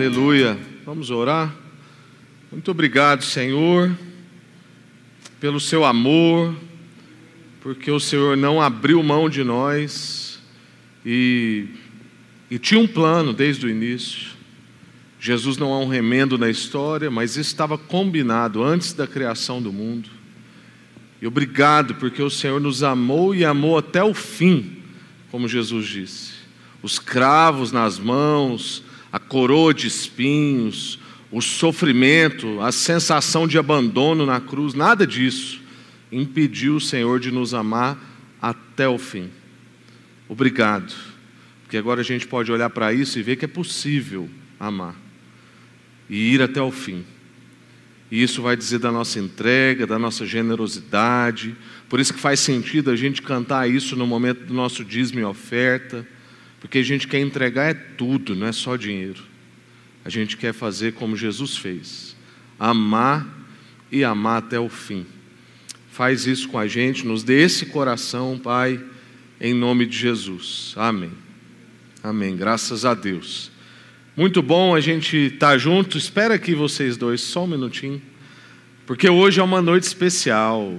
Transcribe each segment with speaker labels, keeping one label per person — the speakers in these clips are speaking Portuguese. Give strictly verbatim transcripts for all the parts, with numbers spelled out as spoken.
Speaker 1: Aleluia. Vamos orar. Muito obrigado, Senhor, pelo seu amor, porque o Senhor não abriu mão de nós e, e tinha um plano desde o início. Jesus não é um remendo na história, mas isso estava combinado antes da criação do mundo. E obrigado porque o Senhor nos amou e amou até o fim, como Jesus disse. Os cravos nas mãos, a coroa de espinhos, o sofrimento, a sensação de abandono na cruz, nada disso impediu o Senhor de nos amar até o fim. Obrigado, porque agora a gente pode olhar para isso e ver que é possível amar e ir até o fim. E isso vai dizer da nossa entrega, da nossa generosidade. Por isso que faz sentido a gente cantar isso no momento do nosso dízimo e oferta, porque a gente quer entregar é tudo, não é só dinheiro. A gente quer fazer como Jesus fez, amar e amar até o fim. Faz isso com a gente, nos dê esse coração, Pai, em nome de Jesus. Amém. Amém, graças a Deus. Muito bom a gente estar junto. Espera aqui vocês dois, só um minutinho, porque hoje é uma noite especial.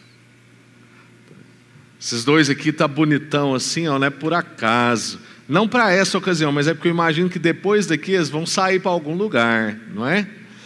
Speaker 1: Esses dois aqui tá bonitão assim, ó, não é por acaso. Não para essa ocasião, mas é porque eu imagino que depois daqui eles vão sair para algum lugar, não é?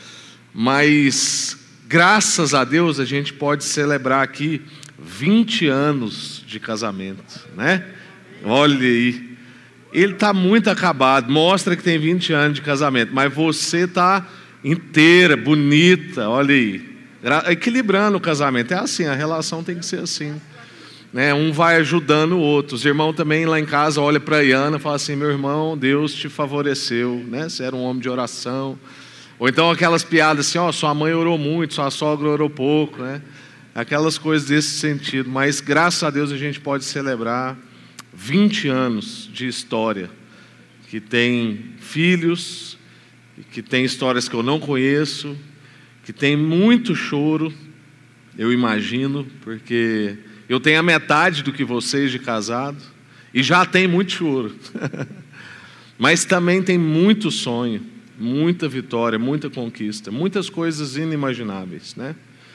Speaker 1: Mas graças a Deus a gente pode celebrar aqui vinte anos de casamento, né? Olha aí. Ele está muito acabado, mostra que tem vinte anos de casamento, mas você está inteira, bonita, olha aí. Equilibrando o casamento, é assim, a relação tem que ser assim. Né? Um vai ajudando o outro. Os irmãos também lá em casa olham para a Iana e falam assim: meu irmão, Deus te favoreceu, né? Você era um homem de oração. Ou então aquelas piadas assim: ó, sua mãe orou muito, sua sogra orou pouco, né? Aquelas coisas desse sentido. Mas graças a Deus a gente pode celebrar vinte anos de história, que tem filhos, que tem histórias que eu não conheço, que tem muito choro, eu imagino, porque eu tenho a metade do que vocês de casado, e já tem muito choro. Mas também tem muito sonho, muita vitória, muita conquista, muitas coisas inimagináveis, né?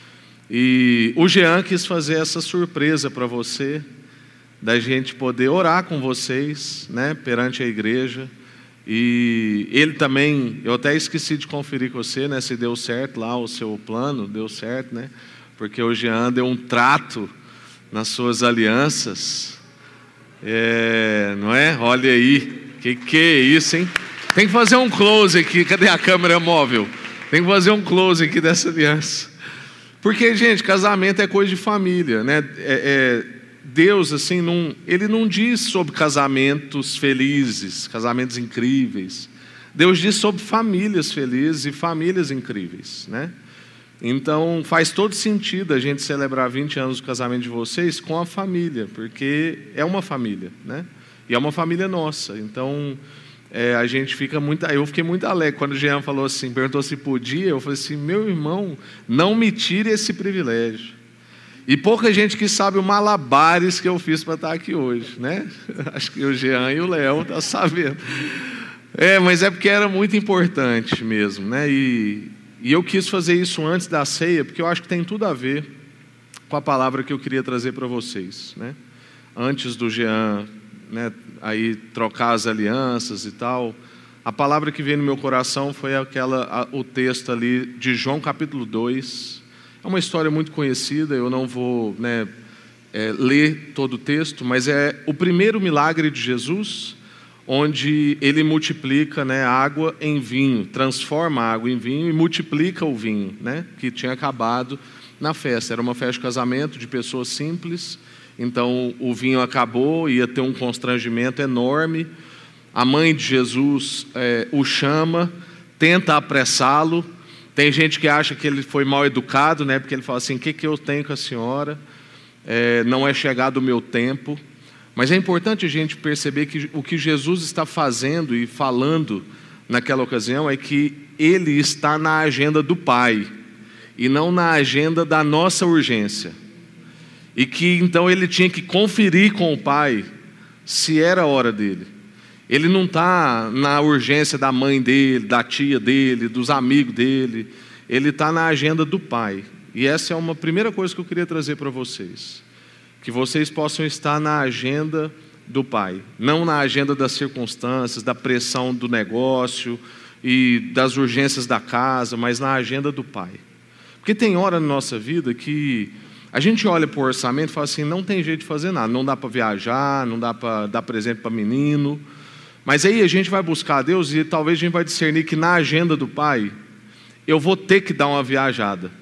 Speaker 1: E o Jean quis fazer essa surpresa para você, da gente poder orar com vocês, né, perante a igreja. E ele também, eu até esqueci de conferir com você, né, se deu certo lá o seu plano, deu certo, né? Porque o Jean deu um trato nas suas alianças, é, não é? Olha aí, que que é isso, hein? Tem que fazer um close aqui, cadê a câmera móvel? Tem que fazer um close aqui dessa aliança, porque, gente, casamento é coisa de família, né? É, é, Deus, assim, não, Ele não diz sobre casamentos felizes, casamentos incríveis. Deus diz sobre famílias felizes e famílias incríveis, né? Então faz todo sentido a gente celebrar vinte anos do casamento de vocês com a família, porque é uma família, né? E é uma família nossa. Então é, a gente fica muito. Eu fiquei muito alegre quando o Jean falou assim, perguntou se podia. Eu falei assim: meu irmão, não me tire esse privilégio. E pouca gente que sabe o malabares que eu fiz para estar aqui hoje, né? Acho que o Jean e o Léo estão sabendo. É, mas é porque era muito importante mesmo, né? E E eu quis fazer isso antes da ceia, porque eu acho que tem tudo a ver com a palavra que eu queria trazer para vocês, né? Antes do Jean, né, aí trocar as alianças e tal, a palavra que veio no meu coração foi aquela, a, o texto ali de João capítulo dois. É uma história muito conhecida, eu não vou, né, é, ler todo o texto, mas é o primeiro milagre de Jesus, onde ele multiplica, né, água em vinho, transforma a água em vinho e multiplica o vinho, né, que tinha acabado na festa. Era uma festa de casamento de pessoas simples, então o vinho acabou, ia ter um constrangimento enorme. A mãe de Jesus é, o chama, tenta apressá-lo. Tem gente que acha que ele foi mal educado, né, porque ele fala assim: o que, que eu tenho com a senhora? É, não é chegado o meu tempo. Mas é importante a gente perceber que o que Jesus está fazendo e falando naquela ocasião é que Ele está na agenda do Pai e não na agenda da nossa urgência. E que então Ele tinha que conferir com o Pai se era a hora dele. Ele não está na urgência da mãe dele, da tia dele, dos amigos dele. Ele está na agenda do Pai. E essa é uma primeira coisa que eu queria trazer para vocês. Que vocês possam estar na agenda do Pai. Não na agenda das circunstâncias, da pressão do negócio e das urgências da casa, mas na agenda do Pai. Porque tem hora na nossa vida que a gente olha para o orçamento e fala assim, não tem jeito de fazer nada, não dá para viajar, não dá para dar presente para menino. Mas aí a gente vai buscar a Deus e talvez a gente vai discernir que na agenda do Pai, eu vou ter que dar uma viajada.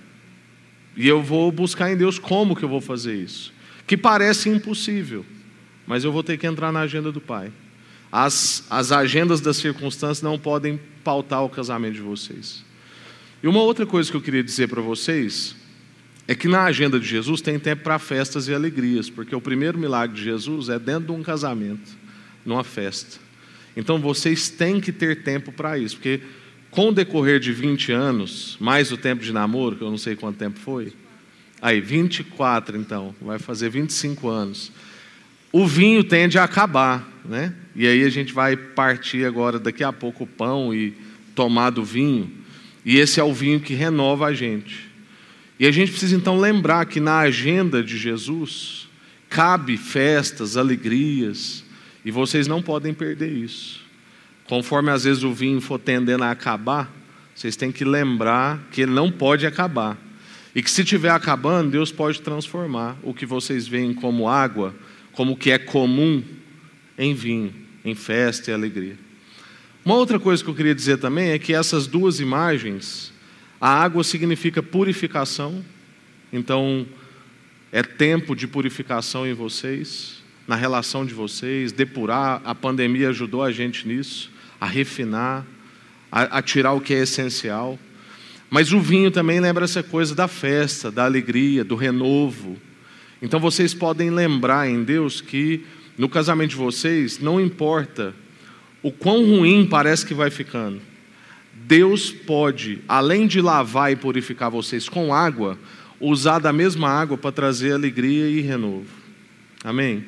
Speaker 1: E eu vou buscar em Deus como que eu vou fazer isso. Que parece impossível, mas eu vou ter que entrar na agenda do Pai. As, as agendas das circunstâncias não podem pautar o casamento de vocês. E uma outra coisa que eu queria dizer para vocês é que na agenda de Jesus tem tempo para festas e alegrias, porque o primeiro milagre de Jesus é dentro de um casamento, numa festa. Então vocês têm que ter tempo para isso, porque com o decorrer de vinte anos, mais o tempo de namoro, que eu não sei quanto tempo foi, aí vinte e quatro então, vai fazer vinte e cinco anos, o vinho tende a acabar, né? E aí a gente vai partir agora, daqui a pouco, o pão e tomar do vinho, e esse é o vinho que renova a gente. E a gente precisa então lembrar que na agenda de Jesus cabe festas, alegrias, e vocês não podem perder isso. Conforme às vezes o vinho for tendendo a acabar, vocês têm que lembrar que ele não pode acabar. E que se estiver acabando, Deus pode transformar o que vocês veem como água, como o que é comum, em vinho, em festa e alegria. Uma outra coisa que eu queria dizer também é que essas duas imagens, a água significa purificação, então é tempo de purificação em vocês, na relação de vocês, depurar. A pandemia ajudou a gente nisso, a refinar, a, a tirar o que é essencial. Mas o vinho também lembra essa coisa da festa, da alegria, do renovo. Então vocês podem lembrar em Deus que no casamento de vocês, não importa o quão ruim parece que vai ficando, Deus pode, além de lavar e purificar vocês com água, usar da mesma água para trazer alegria e renovo. Amém?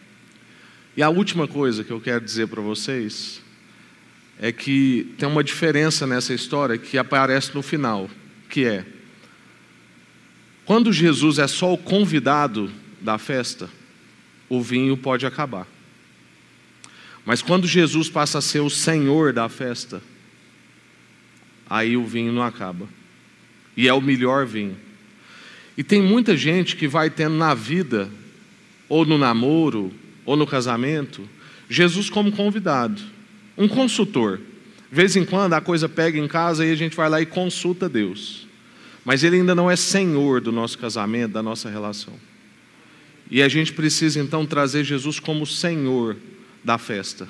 Speaker 1: E a última coisa que eu quero dizer para vocês é que tem uma diferença nessa história que aparece no final, que é, quando Jesus é só o convidado da festa, o vinho pode acabar. Mas quando Jesus passa a ser o Senhor da festa, aí o vinho não acaba. E é o melhor vinho. E tem muita gente que vai tendo na vida, ou no namoro, ou no casamento, Jesus como convidado, um consultor. De vez em quando a coisa pega em casa e a gente vai lá e consulta Deus. Mas Ele ainda não é Senhor do nosso casamento, da nossa relação. E a gente precisa então trazer Jesus como Senhor da festa,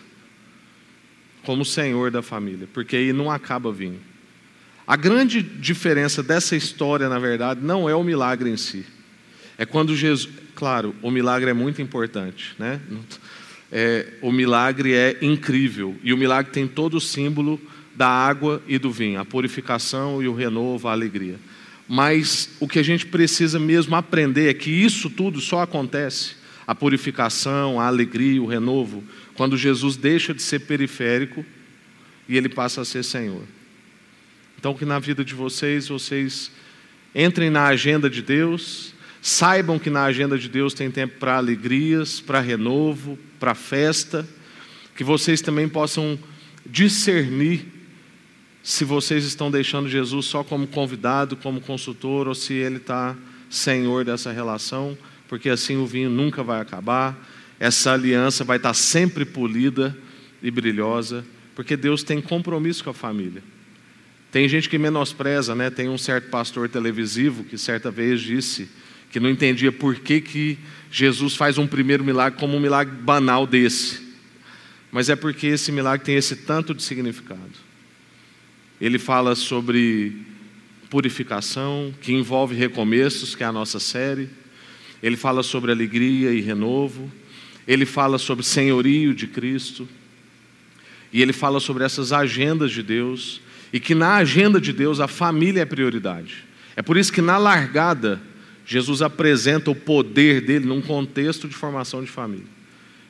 Speaker 1: como Senhor da família, porque aí não acaba vinho. A grande diferença dessa história, na verdade, não é o milagre em si. É quando Jesus... Claro, o milagre é muito importante, né? É, o milagre é incrível. E o milagre tem todo o símbolo da água e do vinho. A purificação e o renovo, a alegria. Mas o que a gente precisa mesmo aprender é que isso tudo só acontece, a purificação, a alegria, o renovo, quando Jesus deixa de ser periférico e Ele passa a ser Senhor. Então que na vida de vocês, vocês entrem na agenda de Deus, saibam que na agenda de Deus tem tempo para alegrias, para renovo, para festa, que vocês também possam discernir se vocês estão deixando Jesus só como convidado, como consultor, ou se Ele está Senhor dessa relação, porque assim o vinho nunca vai acabar, essa aliança vai estar sempre polida e brilhosa, porque Deus tem compromisso com a família. Tem gente que menospreza, né? Tem um certo pastor televisivo que certa vez disse que não entendia por que, que Jesus faz um primeiro milagre como um milagre banal desse. Mas é porque esse milagre tem esse tanto de significado. Ele fala sobre purificação, que envolve recomeços, que é a nossa série. Ele fala sobre alegria e renovo. Ele fala sobre senhorio de Cristo. E ele fala sobre essas agendas de Deus. E que na agenda de Deus a família é prioridade. É por isso que na largada, Jesus apresenta o poder dele num contexto de formação de família.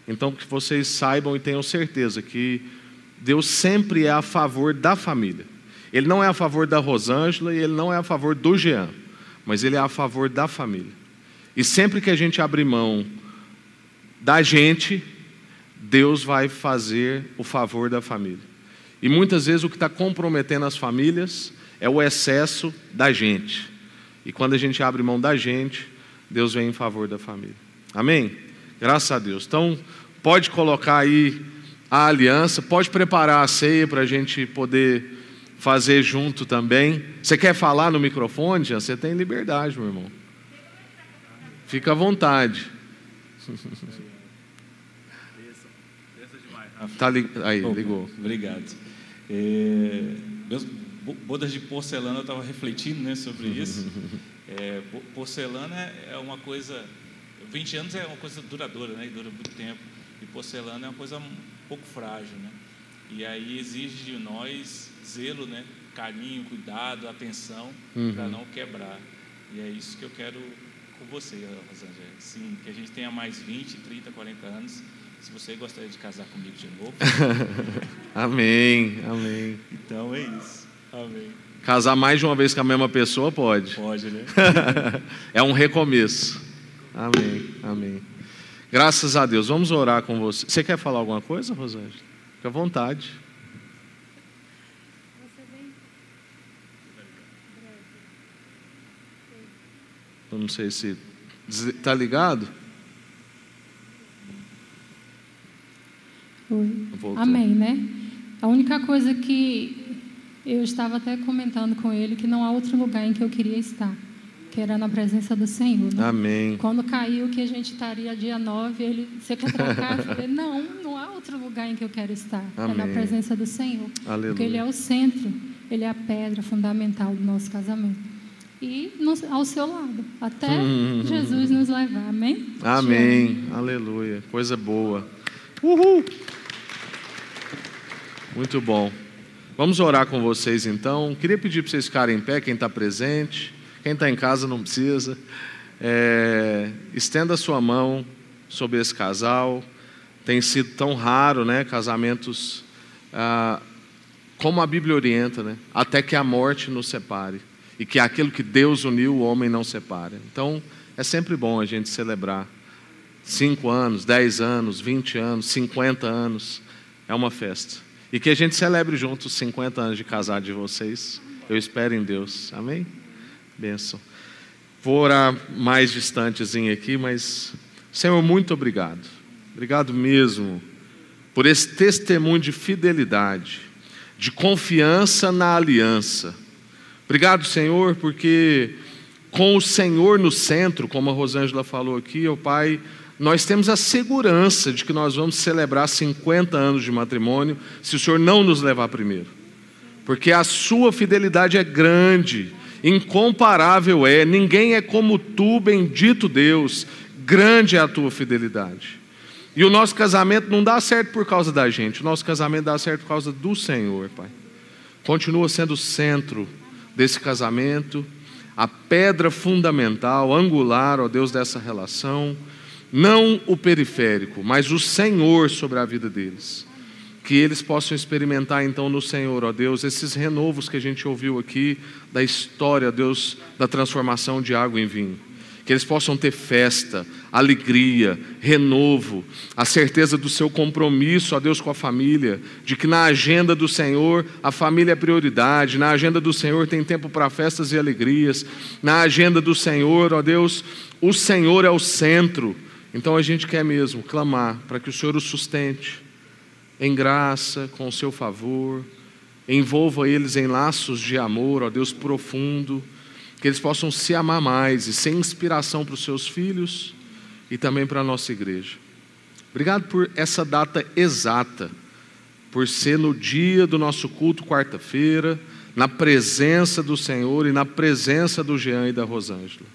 Speaker 1: Então, que vocês saibam e tenham certeza que Deus sempre é a favor da família. Ele não é a favor da Rosângela e Ele não é a favor do Jean, mas Ele é a favor da família. E sempre que a gente abrir mão da gente, Deus vai fazer o favor da família. E muitas vezes o que está comprometendo as famílias é o excesso da gente. E quando a gente abre mão da gente, Deus vem em favor da família. Amém? Graças a Deus. Então, pode colocar aí a aliança, pode preparar a ceia para a gente poder fazer junto também. Você quer falar no microfone, Jean? Você tem liberdade, meu irmão. Fica à vontade. Tá li... Aí, ligou.
Speaker 2: Obrigado. É, meus bodas de porcelana, eu estava refletindo, né, sobre isso. É, porcelana é uma coisa... vinte anos é uma coisa duradoura, né, e dura muito tempo. E porcelana é uma coisa um pouco frágil, né? E aí exige de nós zelo, né, carinho, cuidado, atenção, uhum. para não quebrar. E é isso que eu quero com você, Rosângela. Sim, que a gente tenha mais vinte, trinta, quarenta anos. Se você gostaria de casar comigo de novo.
Speaker 1: Amém, amém.
Speaker 2: Então é isso. Amém.
Speaker 1: Casar mais de uma vez com a mesma pessoa pode.
Speaker 2: Pode, né?
Speaker 1: É um recomeço. Amém, amém. Graças a Deus. Vamos orar com você. Você quer falar alguma coisa, Rosângela? Fique à vontade. Eu não sei se... Está ligado?
Speaker 3: Oi. Amém, né? A única coisa que eu estava até comentando com ele, que não há outro lugar em que eu queria estar, que era na presença do Senhor, né?
Speaker 1: Amém.
Speaker 3: Quando caiu que a gente estaria dia nove, ele, você quer trocar? Eu falei, não, não há outro lugar em que eu quero estar. Amém. É na presença do Senhor. Aleluia. Porque Ele é o centro, Ele é a pedra fundamental do nosso casamento. E no, ao seu lado, até hum. Jesus nos levar. Amém?
Speaker 1: Amém. Aleluia. Coisa boa. Uhul. Muito bom. Vamos orar com vocês então. Queria pedir para vocês ficarem em pé, quem está presente. Quem está em casa não precisa. É, estenda a sua mão sobre esse casal. Tem sido tão raro, né? Casamentos, ah, como a Bíblia orienta, né? Até que a morte nos separe. E que aquilo que Deus uniu, o homem não separa. Então, é sempre bom a gente celebrar. Cinco anos, dez anos, vinte anos, cinquenta anos. É uma festa. E que a gente celebre juntos os cinquenta anos de casado de vocês. Eu espero em Deus. Amém? Bênção. Vou orar mais distantezinho aqui, mas... Senhor, muito obrigado. Obrigado mesmo por esse testemunho de fidelidade, de confiança na aliança. Obrigado, Senhor, porque com o Senhor no centro, como a Rosângela falou aqui, ó Pai, nós temos a segurança de que nós vamos celebrar cinquenta anos de matrimônio, se o Senhor não nos levar primeiro. Porque a sua fidelidade é grande, incomparável é, ninguém é como tu, bendito Deus, grande é a tua fidelidade. E o nosso casamento não dá certo por causa da gente, o nosso casamento dá certo por causa do Senhor, Pai. Continua sendo o centro desse casamento, a pedra fundamental, angular, ó Deus, dessa relação, não o periférico, mas o Senhor sobre a vida deles. Que eles possam experimentar então no Senhor, ó Deus, esses renovos que a gente ouviu aqui, da história, ó Deus, da transformação de água em vinho. Que eles possam ter festa, alegria, renovo, a certeza do seu compromisso, ó Deus, com a família, de que na agenda do Senhor a família é prioridade, na agenda do Senhor tem tempo para festas e alegrias, na agenda do Senhor, ó Deus, o Senhor é o centro. Então a gente quer mesmo clamar para que o Senhor os sustente, em graça, com o seu favor, envolva eles em laços de amor, ó Deus, profundo, que eles possam se amar mais e ser inspiração para os seus filhos e também para a nossa igreja. Obrigado por essa data exata, por ser no dia do nosso culto, quarta-feira, na presença do Senhor e na presença do Jean e da Rosângela.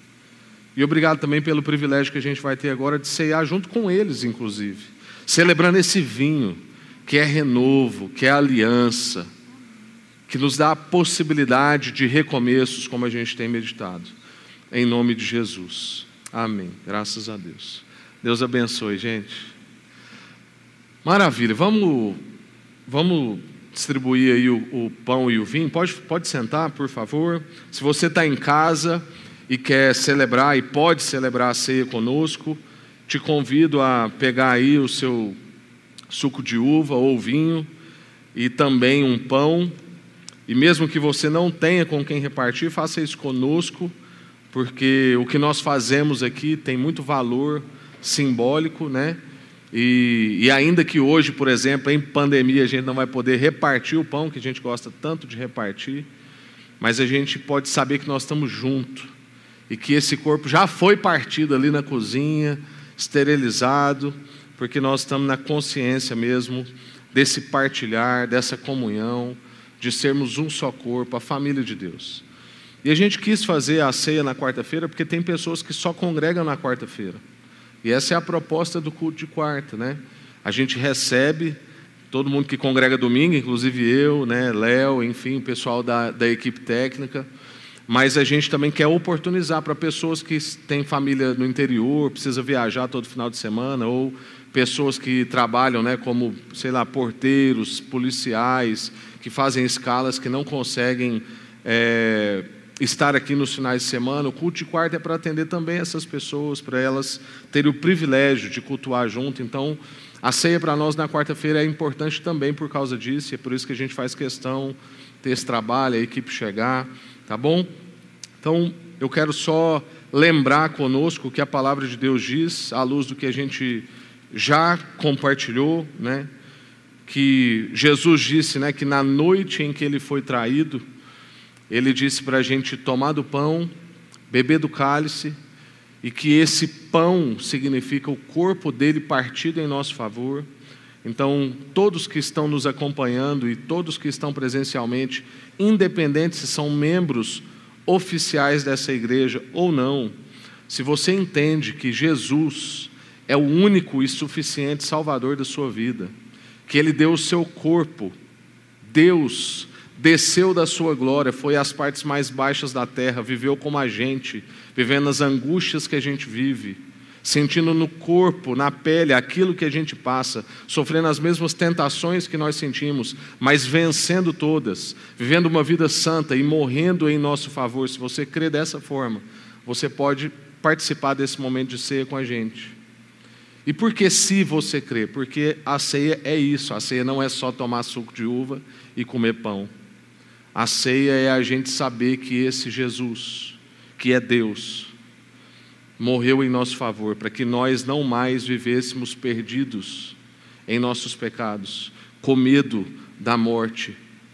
Speaker 1: E obrigado também pelo privilégio que a gente vai ter agora de ceiar junto com eles, inclusive, celebrando esse vinho, que é renovo, que é aliança, que nos dá a possibilidade de recomeços, como a gente tem meditado. Em nome de Jesus. Amém. Graças a Deus. Deus abençoe, gente. Maravilha, vamos, vamos distribuir aí o, o pão e o vinho. Pode, pode sentar, por favor. Se você está em casa e quer celebrar e pode celebrar a ceia conosco, te convido a pegar aí o seu suco de uva ou vinho e também um pão. E mesmo que você não tenha com quem repartir, faça isso conosco, porque o que nós fazemos aqui tem muito valor simbólico, né? E, e ainda que hoje, por exemplo, em pandemia, a gente não vai poder repartir o pão, que a gente gosta tanto de repartir, mas a gente pode saber que nós estamos juntos e que esse corpo já foi partido ali na cozinha, esterilizado, porque nós estamos na consciência mesmo desse partilhar, dessa comunhão, de sermos um só corpo, a família de Deus. E a gente quis fazer a ceia na quarta-feira, porque tem pessoas que só congregam na quarta-feira. E essa é a proposta do culto de quarta, né? A gente recebe todo mundo que congrega domingo, inclusive eu, né, Léo, enfim, o pessoal da, da equipe técnica, mas a gente também quer oportunizar para pessoas que têm família no interior, precisa viajar todo final de semana, ou pessoas que trabalham, né, como, sei lá, porteiros, policiais, que fazem escalas, que não conseguem é, estar aqui nos finais de semana. O culto de quarta é para atender também essas pessoas, para elas terem o privilégio de cultuar junto. Então, a ceia para nós na quarta-feira é importante também por causa disso, e é por isso que a gente faz questão de ter esse trabalho, a equipe chegar, tá bom? Então, eu quero só lembrar conosco que a palavra de Deus diz, à luz do que a gente já compartilhou, né? Que Jesus disse, né, que na noite em que ele foi traído, ele disse para a gente tomar do pão, beber do cálice, e que esse pão significa o corpo dele partido em nosso favor. Então, todos que estão nos acompanhando e todos que estão presencialmente, independente se são membros oficiais dessa igreja ou não, se você entende que Jesus é o único e suficiente Salvador da sua vida, que Ele deu o seu corpo, Deus desceu da sua glória, foi às partes mais baixas da terra, viveu como a gente, vivendo as angústias que a gente vive, sentindo no corpo, na pele, aquilo que a gente passa, sofrendo as mesmas tentações que nós sentimos, mas vencendo todas, vivendo uma vida santa e morrendo em nosso favor. Se você crê dessa forma, você pode participar desse momento de ceia com a gente. E por que se você crê? Porque a ceia é isso, a ceia não é só tomar suco de uva e comer pão. A ceia é a gente saber que esse Jesus, que é Deus, morreu em nosso favor, para que nós não mais vivêssemos perdidos em nossos pecados, com medo da morte,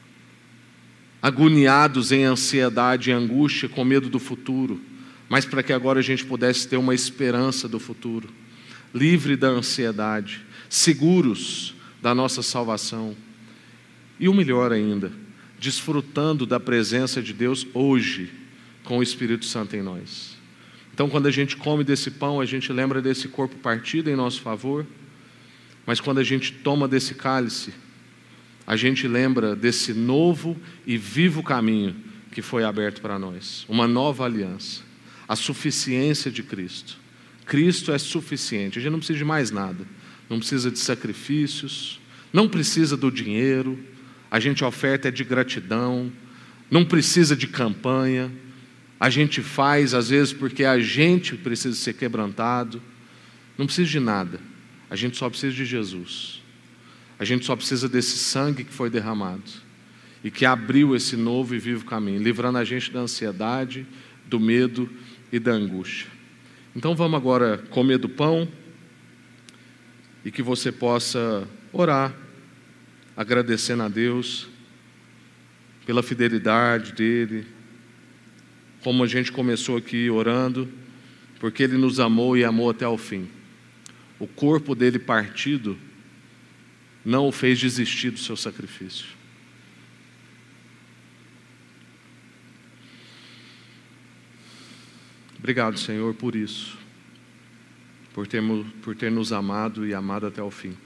Speaker 1: agoniados em ansiedade e angústia, com medo do futuro, mas para que agora a gente pudesse ter uma esperança do futuro, livre da ansiedade, seguros da nossa salvação, e o melhor ainda, desfrutando da presença de Deus hoje, com o Espírito Santo em nós. Então, quando a gente come desse pão, a gente lembra desse corpo partido em nosso favor, mas quando a gente toma desse cálice, a gente lembra desse novo e vivo caminho que foi aberto para nós, uma nova aliança, a suficiência de Cristo. Cristo é suficiente, a gente não precisa de mais nada, não precisa de sacrifícios, não precisa do dinheiro, a gente oferta é de gratidão, não precisa de campanha, a gente faz às vezes porque a gente precisa ser quebrantado, não precisa de nada, a gente só precisa de Jesus, a gente só precisa desse sangue que foi derramado e que abriu esse novo e vivo caminho, livrando a gente da ansiedade, do medo e da angústia. Então vamos agora comer do pão e que você possa orar, agradecendo a Deus pela fidelidade dEle, como a gente começou aqui orando, porque Ele nos amou e amou até o fim. O corpo dEle partido não o fez desistir do seu sacrifício. Obrigado, Senhor, por isso, por ter, por ter nos amado e amado até o fim.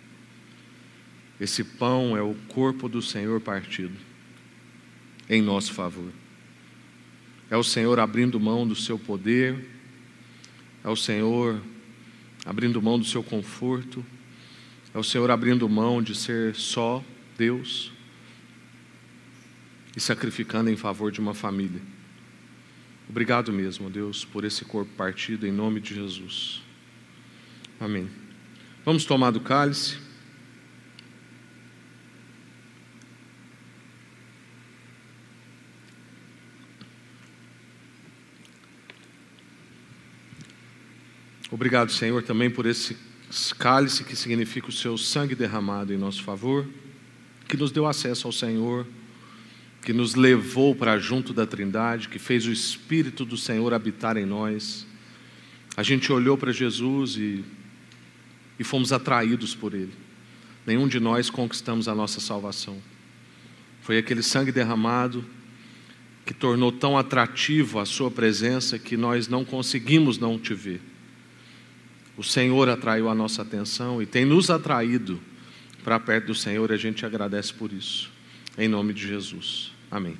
Speaker 1: Esse pão é o corpo do Senhor partido em nosso favor. É o Senhor abrindo mão do seu poder, é o Senhor abrindo mão do seu conforto, É o Senhor abrindo mão de ser só Deus e sacrificando em favor de uma família. Obrigado mesmo, Deus, por esse corpo partido, em nome de Jesus. Amém. Vamos tomar do cálice. Obrigado, Senhor, também por esse cálice que significa o seu sangue derramado em nosso favor, que nos deu acesso ao Senhor, que nos levou para junto da Trindade, que fez o Espírito do Senhor habitar em nós. A gente olhou para Jesus e, e fomos atraídos por Ele. Nenhum de nós conquistamos a nossa salvação. Foi aquele sangue derramado que tornou tão atrativo a sua presença que nós não conseguimos não te ver. O Senhor atraiu a nossa atenção e tem nos atraído para perto do Senhor, e a gente agradece por isso. Em nome de Jesus. Amém.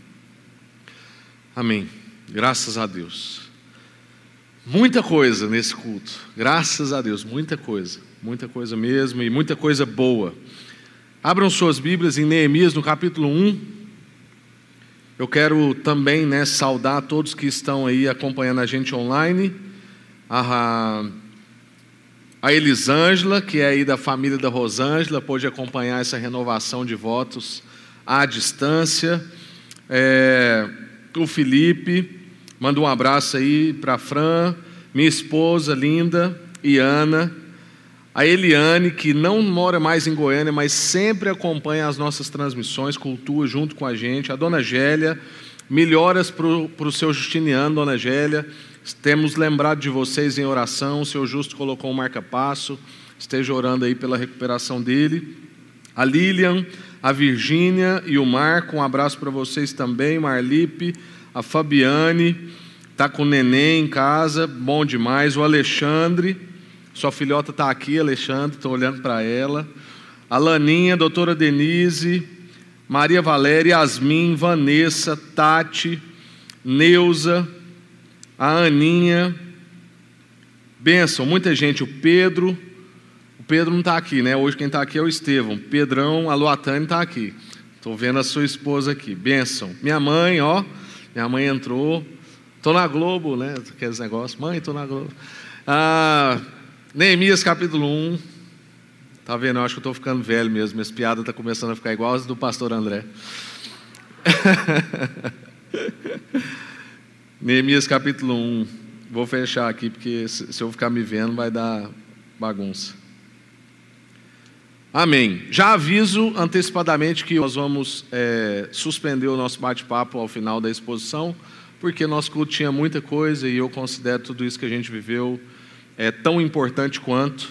Speaker 1: Amém. Graças a Deus. Muita coisa nesse culto. Graças a Deus, muita coisa. Muita coisa mesmo e muita coisa boa. Abram suas Bíblias em Neemias, no capítulo um. Eu quero também, né, saudar todos que estão aí acompanhando a gente online. A... A Elisângela, que é aí da família da Rosângela, pôde acompanhar essa renovação de votos à distância. É, o Felipe, manda um abraço aí para a Fran, minha esposa linda, e Ana. A Eliane, que não mora mais em Goiânia, mas sempre acompanha as nossas transmissões, cultua junto com a gente. A Dona Gélia, melhoras para o seu Justiniano, Dona Gélia. Temos lembrado de vocês em oração. O Senhor Justo colocou um marca-passo. Esteja orando aí pela recuperação dele. A Lilian, a Virgínia e o Marco, um abraço para vocês também. Marlipe, a Fabiane, está com o neném em casa, bom demais. O Alexandre, sua filhota está aqui, Alexandre, estou olhando para ela. A Laninha, a doutora Denise, Maria Valéria, Yasmin, Vanessa, Tati, Neuza, a Aninha, bênção, muita gente. O Pedro, o Pedro não está aqui, né? Hoje quem está aqui é o Estevão. Pedrão, a Luatane está aqui. Estou vendo a sua esposa aqui, bênção. Minha mãe, ó, minha mãe entrou. Estou na Globo, né? Aqueles negócios, mãe, estou na Globo. Ah, Neemias capítulo um. Tá vendo? Eu acho que eu estou ficando velho mesmo. Minhas piadas estão começando a ficar igual as do pastor André. Neemias capítulo um. Vou fechar aqui, porque se eu ficar me vendo vai dar bagunça. Amém. Já aviso antecipadamente que nós vamos é, suspender o nosso bate-papo ao final da exposição, porque nosso culto tinha muita coisa e eu considero tudo isso que a gente viveu é, tão importante quanto,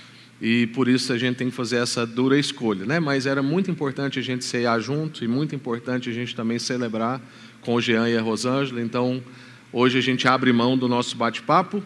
Speaker 1: e por isso a gente tem que fazer essa dura escolha, né? Mas era muito importante a gente ceiar junto e muito importante a gente também celebrar com o Jean e a Rosângela. Então, hoje a gente abre mão do nosso bate-papo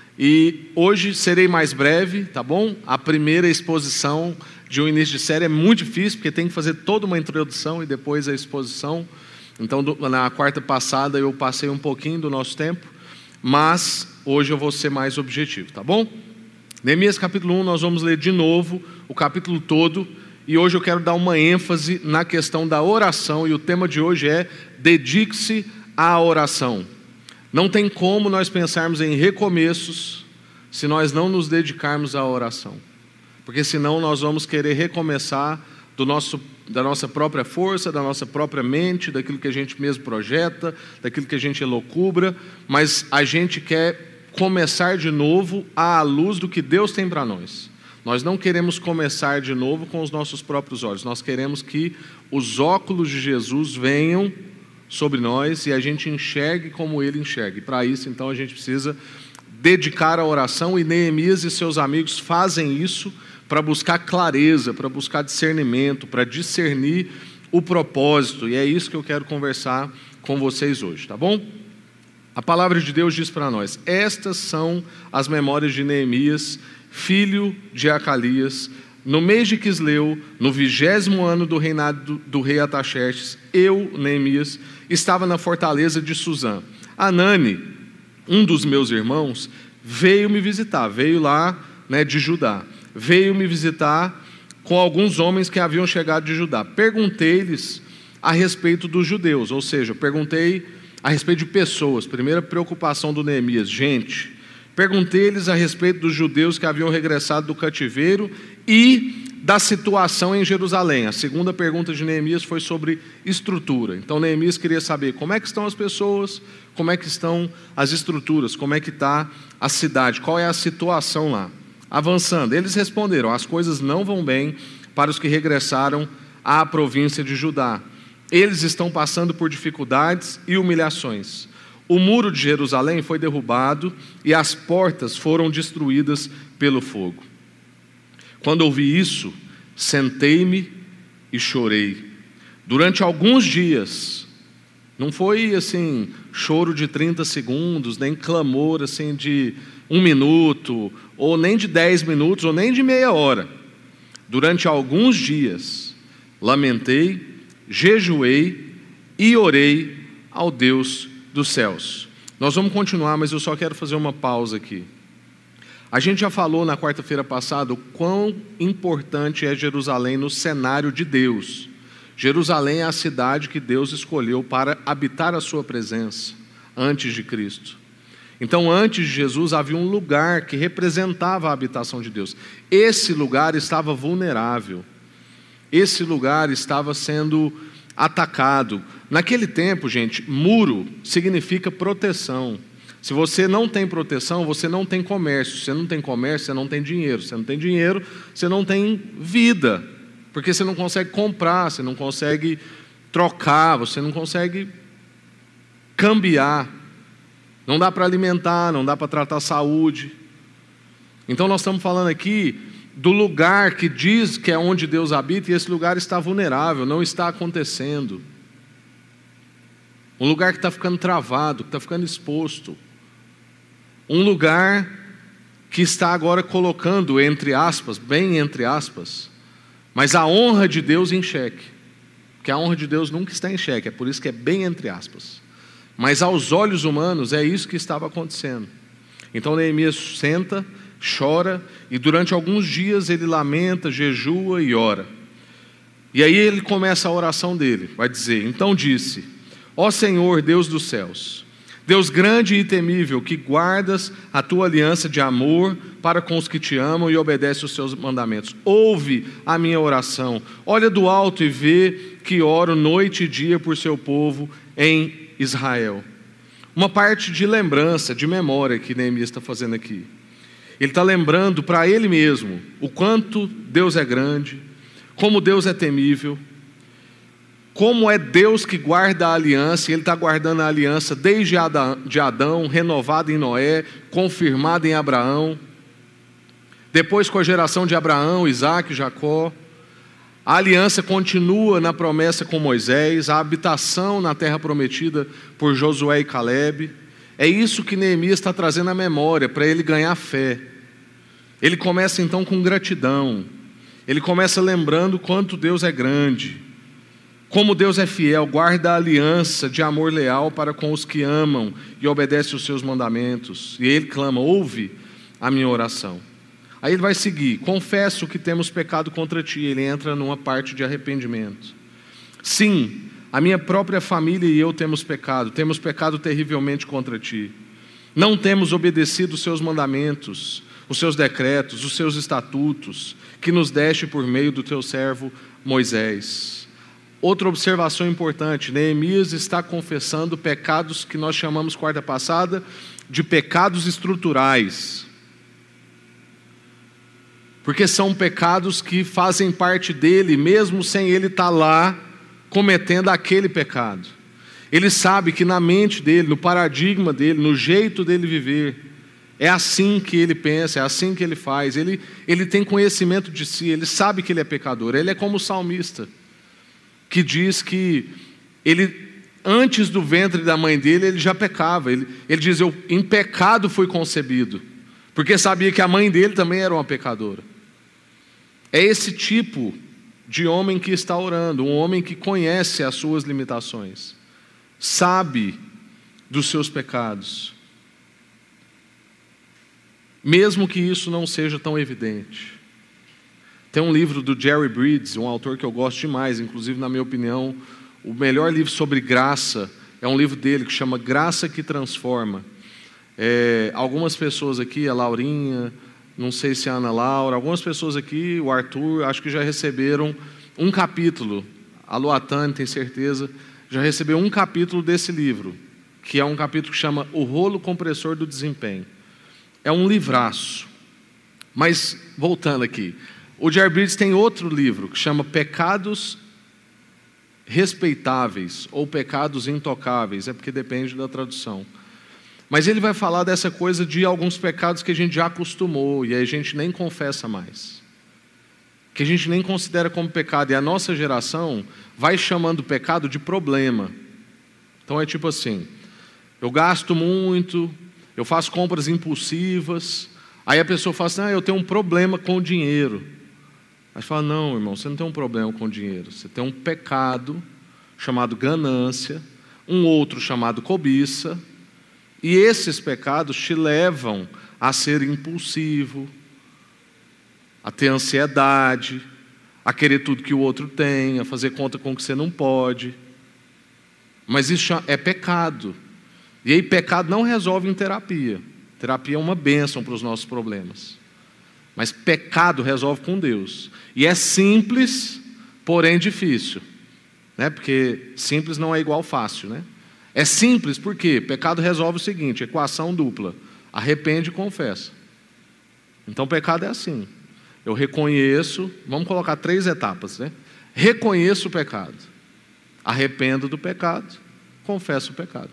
Speaker 1: e hoje serei mais breve, tá bom? A primeira exposição de um início de série é muito difícil, porque tem que fazer toda uma introdução e depois a exposição. Então, na quarta passada eu passei um pouquinho do nosso tempo, mas hoje eu vou ser mais objetivo, tá bom? Neemias capítulo um, nós vamos ler de novo o capítulo todo, e hoje eu quero dar uma ênfase na questão da oração, e o tema de hoje é: dedique-se à oração. Não tem como nós pensarmos em recomeços se nós não nos dedicarmos à oração, porque senão nós vamos querer recomeçar do nosso, da nossa própria força, da nossa própria mente, daquilo que a gente mesmo projeta, daquilo que a gente elocubra, mas a gente quer começar de novo à luz do que Deus tem para nós. Nós não queremos começar de novo com os nossos próprios olhos, nós queremos que os óculos de Jesus venham sobre nós e a gente enxergue como Ele enxerga. E para isso, então, a gente precisa dedicar a oração, e Neemias e seus amigos fazem isso para buscar clareza, para buscar discernimento, para discernir o propósito, e é isso que eu quero conversar com vocês hoje, tá bom? A palavra de Deus diz para nós: estas são as memórias de Neemias, filho de Acalias, no mês de Quisleu, no vigésimo ano do reinado do, do rei Ataxerxes, eu, Neemias, estava na fortaleza de Suzã. Anani, um dos meus irmãos, veio me visitar, veio lá, né, de Judá, veio me visitar com alguns homens que haviam chegado de Judá. Perguntei-lhes a respeito dos judeus, ou seja, perguntei a respeito de pessoas. Primeira preocupação do Neemias, gente. Perguntei-lhes a respeito dos judeus que haviam regressado do cativeiro e da situação em Jerusalém. A segunda pergunta de Neemias foi sobre estrutura. Então Neemias queria saber como é que estão as pessoas, como é que estão as estruturas, como é que está a cidade, qual é a situação lá. Avançando, eles responderam: as coisas não vão bem para os que regressaram à província de Judá. Eles estão passando por dificuldades e humilhações. O muro de Jerusalém foi derrubado e as portas foram destruídas pelo fogo. Quando ouvi isso, sentei-me e chorei. Durante alguns dias, não foi assim, choro de trinta segundos, nem clamor assim de um minuto, ou nem de dez minutos, ou nem de meia hora. Durante alguns dias, lamentei, jejuei e orei ao Deus dos céus. Nós vamos continuar, mas eu só quero fazer uma pausa aqui. A gente já falou na quarta-feira passada o quão importante é Jerusalém no cenário de Deus. Jerusalém é a cidade que Deus escolheu para habitar a sua presença antes de Cristo. Então, antes de Jesus, havia um lugar que representava a habitação de Deus. Esse lugar estava vulnerável. Esse lugar estava sendo atacado. Naquele tempo, gente, muro significa proteção. Se você não tem proteção, você não tem comércio. Se você não tem comércio, você não tem dinheiro. Se você não tem dinheiro, você não tem vida. Porque você não consegue comprar, você não consegue trocar, você não consegue cambiar. Não dá para alimentar, não dá para tratar a saúde. Então nós estamos falando aqui do lugar que diz que é onde Deus habita, e esse lugar está vulnerável, não está acontecendo. Um lugar que está ficando travado, que está ficando exposto. Um lugar que está agora colocando, entre aspas, bem entre aspas, mas a honra de Deus em xeque. Porque a honra de Deus nunca está em xeque, é por isso que é bem entre aspas. Mas aos olhos humanos é isso que estava acontecendo. Então Neemias senta, chora, e durante alguns dias ele lamenta, jejua e ora. E aí ele começa a oração dele, vai dizer: então disse: ó Senhor, Deus dos céus, Deus grande e temível, que guardas a tua aliança de amor para com os que te amam e obedecem os seus mandamentos, ouve a minha oração, olha do alto e vê que oro noite e dia por seu povo em Israel. Uma parte de lembrança, de memória que Neemias está fazendo aqui. Ele está lembrando para ele mesmo o quanto Deus é grande, como Deus é temível, como é Deus que guarda a aliança. Ele está guardando a aliança desde Adão, de Adão, renovada em Noé, confirmada em Abraão, depois com a geração de Abraão, Isaac e Jacó. A aliança continua na promessa com Moisés, a habitação na terra prometida por Josué e Calebe. É isso que Neemias está trazendo à memória, para ele ganhar fé. Ele começa então com gratidão. Ele começa lembrando quanto Deus é grande, como Deus é fiel, guarda a aliança de amor leal para com os que amam e obedece os seus mandamentos. E ele clama: ouve a minha oração. Aí ele vai seguir: confesso que temos pecado contra ti. Ele entra numa parte de arrependimento. Sim, a minha própria família e eu temos pecado, temos pecado terrivelmente contra ti. Não temos obedecido os seus mandamentos, os seus decretos, os seus estatutos, que nos deste por meio do teu servo Moisés. Outra observação importante: Neemias está confessando pecados que nós chamamos quarta passada de pecados estruturais. Porque são pecados que fazem parte dele, mesmo sem ele estar lá cometendo aquele pecado. Ele sabe que na mente dele, no paradigma dele, no jeito dele viver, é assim que ele pensa, é assim que ele faz. Ele, ele tem conhecimento de si, ele sabe que ele é pecador. Ele é como o salmista, que diz que ele, antes do ventre da mãe dele, ele já pecava. Ele, ele diz: eu em pecado fui concebido, porque sabia que a mãe dele também era uma pecadora. É esse tipo de homem que está orando, um homem que conhece as suas limitações, sabe dos seus pecados, mesmo que isso não seja tão evidente. Tem um livro do Jerry Bridges, um autor que eu gosto demais, inclusive, na minha opinião, o melhor livro sobre graça é um livro dele que chama Graça que Transforma. É, algumas pessoas aqui, a Laurinha, não sei se a Ana Laura, algumas pessoas aqui, o Arthur, acho que já receberam um capítulo, a Luatane, tem certeza, já recebeu um capítulo desse livro, que é um capítulo que chama O Rolo Compressor do Desempenho. É um livraço. Mas, voltando aqui, o Jerry Bridges tem outro livro que chama Pecados Respeitáveis ou Pecados Intocáveis, é porque depende da tradução. Mas ele vai falar dessa coisa de alguns pecados que a gente já acostumou e a gente nem confessa mais, que a gente nem considera como pecado, e a nossa geração vai chamando o pecado de problema. Então é tipo assim, eu gasto muito, eu faço compras impulsivas, aí a pessoa fala assim, ah, eu tenho um problema com o dinheiro. Aí fala, não, irmão, você não tem um problema com o dinheiro, você tem um pecado chamado ganância, um outro chamado cobiça, e esses pecados te levam a ser impulsivo, a ter ansiedade, a querer tudo que o outro tem, a fazer conta com o que você não pode. Mas isso é pecado. E aí pecado não resolve em terapia. Terapia é uma bênção para os nossos problemas. Mas pecado resolve com Deus. E é simples, porém difícil. Né? Porque simples não é igual fácil, né? É simples porque pecado resolve o seguinte, equação dupla. Arrepende e confessa. Então pecado é assim. Eu reconheço, vamos colocar três etapas, né? Reconheço o pecado. Arrependo do pecado, confesso o pecado.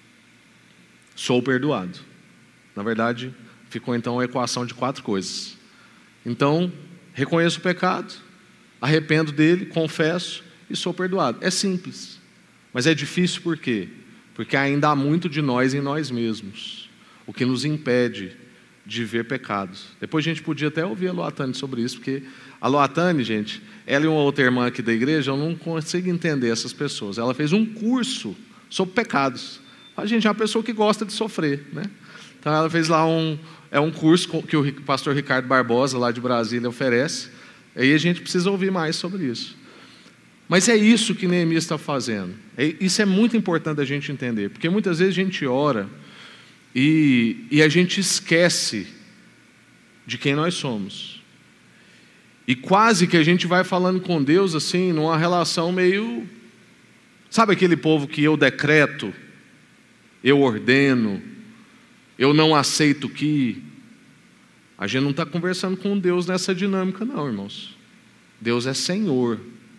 Speaker 1: Sou perdoado. Na verdade, ficou então a equação de quatro coisas. Então, reconheço o pecado, arrependo dele, confesso e sou perdoado. É simples, mas é difícil por quê? Porque ainda há muito de nós em nós mesmos, o que nos impede de ver pecados. Depois a gente podia até ouvir a Luatane sobre isso, porque a Luatane, gente, ela e uma outra irmã aqui da igreja, eu não consigo entender essas pessoas. Ela fez um curso sobre pecados. A gente é uma pessoa que gosta de sofrer, né? Então ela fez lá um, é um curso que o pastor Ricardo Barbosa, lá de Brasília, oferece. Aí a gente precisa ouvir mais sobre isso. Mas é isso que Neemias está fazendo. É, isso é muito importante a gente entender, porque muitas vezes a gente ora e, e a gente esquece de quem nós somos. E quase que a gente vai falando com Deus assim, numa relação meio... Sabe aquele povo que eu decreto, eu ordeno, eu não aceito que... A gente não está conversando com Deus nessa dinâmica não, irmãos. Deus é Senhor.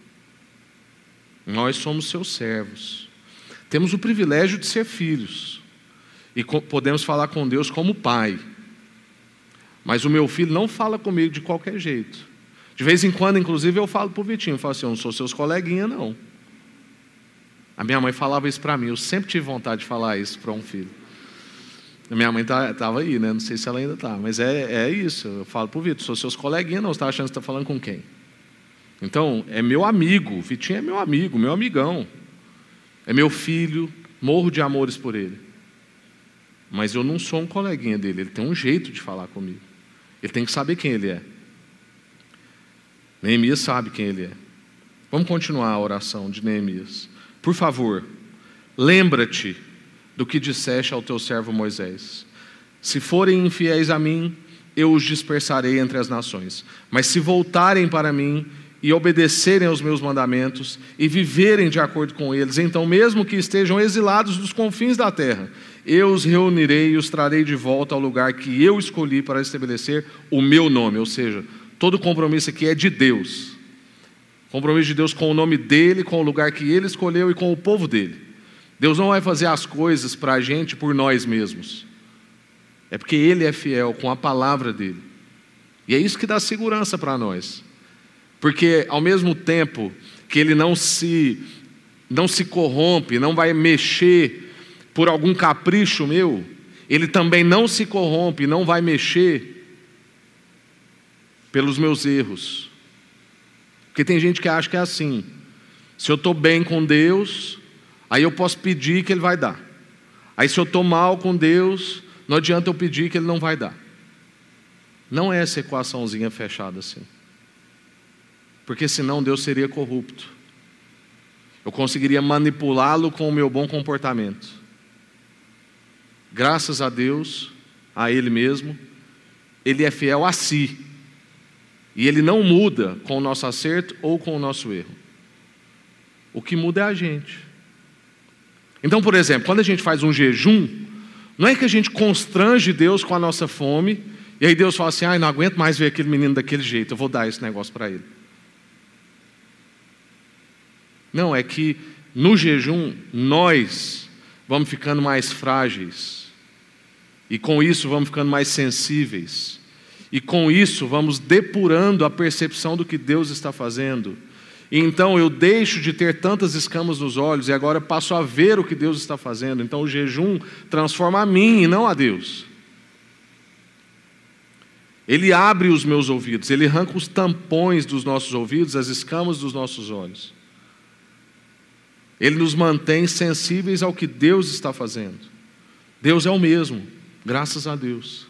Speaker 1: Nós somos seus servos. Temos o privilégio de ser filhos. E podemos falar com Deus como pai. Mas o meu filho não fala comigo de qualquer jeito. De vez em quando, inclusive, eu falo para o Vitinho, eu falo assim, eu não sou seus coleguinhas, não. A minha mãe falava isso para mim, eu sempre tive vontade de falar isso para um filho. A minha mãe estava aí, né? Não sei se ela ainda está, mas é, é isso. Eu falo para o Vitor, sou seus coleguinhas, não, você está achando que você está falando com quem? Então, é meu amigo, o Vitinho é meu amigo, meu amigão. É meu filho, morro de amores por ele. Mas eu não sou um coleguinha dele, ele tem um jeito de falar comigo. Ele tem que saber quem ele é. Neemias sabe quem ele é. Vamos continuar a oração de Neemias. Por favor, lembra-te do que disseste ao teu servo Moisés. Se forem infiéis a mim, eu os dispersarei entre as nações. Mas se voltarem para mim e obedecerem aos meus mandamentos e viverem de acordo com eles, então mesmo que estejam exilados dos confins da terra, eu os reunirei e os trarei de volta ao lugar que eu escolhi para estabelecer o meu nome. Ou seja, todo compromisso aqui é de Deus. Compromisso de Deus com o nome dele, com o lugar que ele escolheu e com o povo dele. Deus não vai fazer as coisas para a gente por nós mesmos. É porque ele é fiel com a palavra dele. E é isso que dá segurança para nós. Porque ao mesmo tempo que ele não se, não se corrompe, não vai mexer por algum capricho meu, ele também não se corrompe, não vai mexer pelos meus erros. Porque tem gente que acha que é assim. Se eu estou bem com Deus, aí eu posso pedir que Ele vai dar. Aí se eu estou mal com Deus, não adianta eu pedir que Ele não vai dar. Não é essa equaçãozinha fechada assim. porque senão Deus seria corrupto. Eu conseguiria manipulá-lo com o meu bom comportamento. Graças a Deus, a Ele mesmo, Ele é fiel a si. E Ele não muda com o nosso acerto ou com o nosso erro. O que muda é a gente. Então, por exemplo, quando a gente faz um jejum, não é que a gente constrange Deus com a nossa fome, e aí Deus fala assim, ah, não aguento mais ver aquele menino daquele jeito, eu vou dar esse negócio para ele. Não, é que no jejum nós vamos ficando mais frágeis, e com isso vamos ficando mais sensíveis, e com isso vamos depurando a percepção do que Deus está fazendo. E então eu deixo de ter tantas escamas nos olhos e agora passo a ver o que Deus está fazendo. Então o jejum transforma a mim e não a Deus. Ele abre os meus ouvidos, Ele arranca os tampões dos nossos ouvidos, as escamas dos nossos olhos. Ele nos mantém sensíveis ao que Deus está fazendo. Deus é o mesmo, graças a Deus.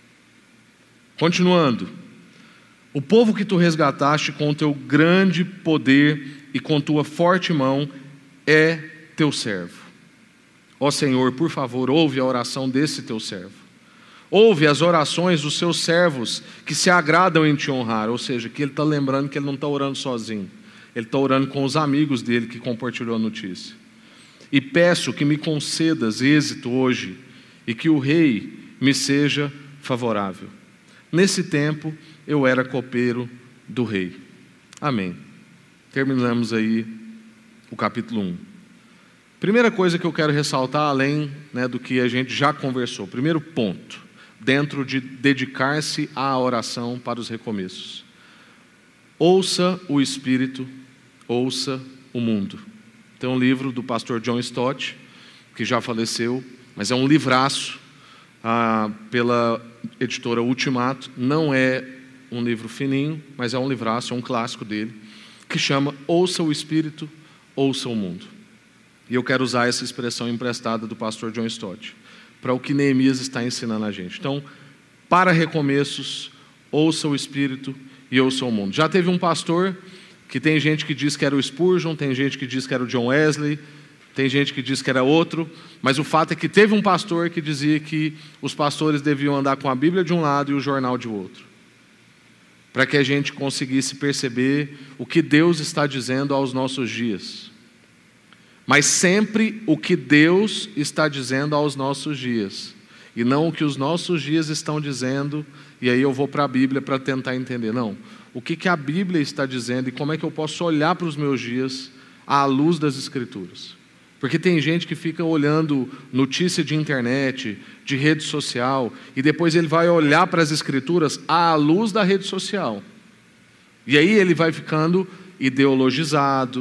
Speaker 1: Continuando. O povo que tu resgataste com o teu grande poder e com tua forte mão é teu servo. Ó Senhor, por favor, ouve a oração desse teu servo. Ouve as orações dos seus servos que se agradam em te honrar. Ou seja, que ele está lembrando que ele não está orando sozinho. Ele está orando com os amigos dele que compartilhou a notícia. E peço que me concedas êxito hoje e que o rei me seja favorável. Nesse tempo eu era copeiro do rei. Amém. Terminamos aí o capítulo um. Primeira coisa que eu quero ressaltar, além né, do que a gente já conversou. Primeiro ponto, dentro de dedicar-se à oração para os recomeços. Ouça o Espírito, ouça o mundo. Tem um livro do pastor John Stott, que já faleceu, mas é um livraço ah, pela editora Ultimato. Não é um livro fininho, mas é um livraço, é um clássico dele, que chama Ouça o Espírito, ouça o mundo. E eu quero usar essa expressão emprestada do pastor John Stott, para o que Neemias está ensinando a gente. Então, para recomeços, ouça o Espírito e ouça o mundo. Já teve um pastor que tem gente que diz que era o Spurgeon, tem gente que diz que era o John Wesley, tem gente que diz que era outro, mas o fato é que teve um pastor que dizia que os pastores deviam andar com a Bíblia de um lado e o jornal de outro, para que a gente conseguisse perceber o que Deus está dizendo aos nossos dias. Mas sempre o que Deus está dizendo aos nossos dias, e não o que os nossos dias estão dizendo, e aí eu vou para a Bíblia para tentar entender. Não, o que, que a Bíblia está dizendo e como é que eu posso olhar para os meus dias à luz das Escrituras. Porque tem gente que fica olhando notícia de internet, de rede social, e depois ele vai olhar para as Escrituras à luz da rede social. E aí ele vai ficando ideologizado,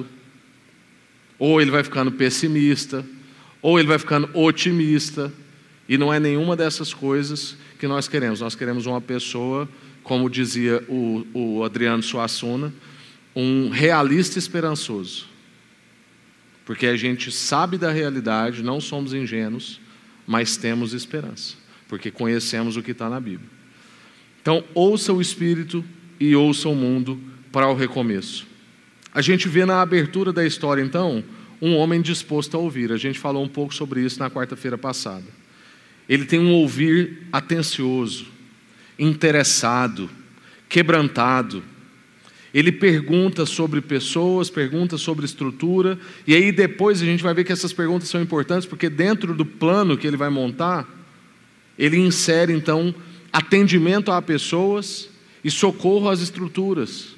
Speaker 1: ou ele vai ficando pessimista, ou ele vai ficando otimista, e não é nenhuma dessas coisas que nós queremos. Nós queremos uma pessoa, como dizia o, o Adriano Suassuna, um realista esperançoso. Porque a gente sabe da realidade, não somos ingênuos, mas temos esperança, porque conhecemos o que está na Bíblia. Então, ouça o Espírito e ouça o mundo para o recomeço. A gente vê na abertura da história, então, um homem disposto a ouvir. A gente falou um pouco sobre isso na quarta-feira passada. Ele tem um ouvir atencioso, interessado, quebrantado. Ele pergunta sobre pessoas, pergunta sobre estrutura, e aí depois a gente vai ver que essas perguntas são importantes, porque dentro do plano que ele vai montar, ele insere, então, atendimento a pessoas e socorro às estruturas.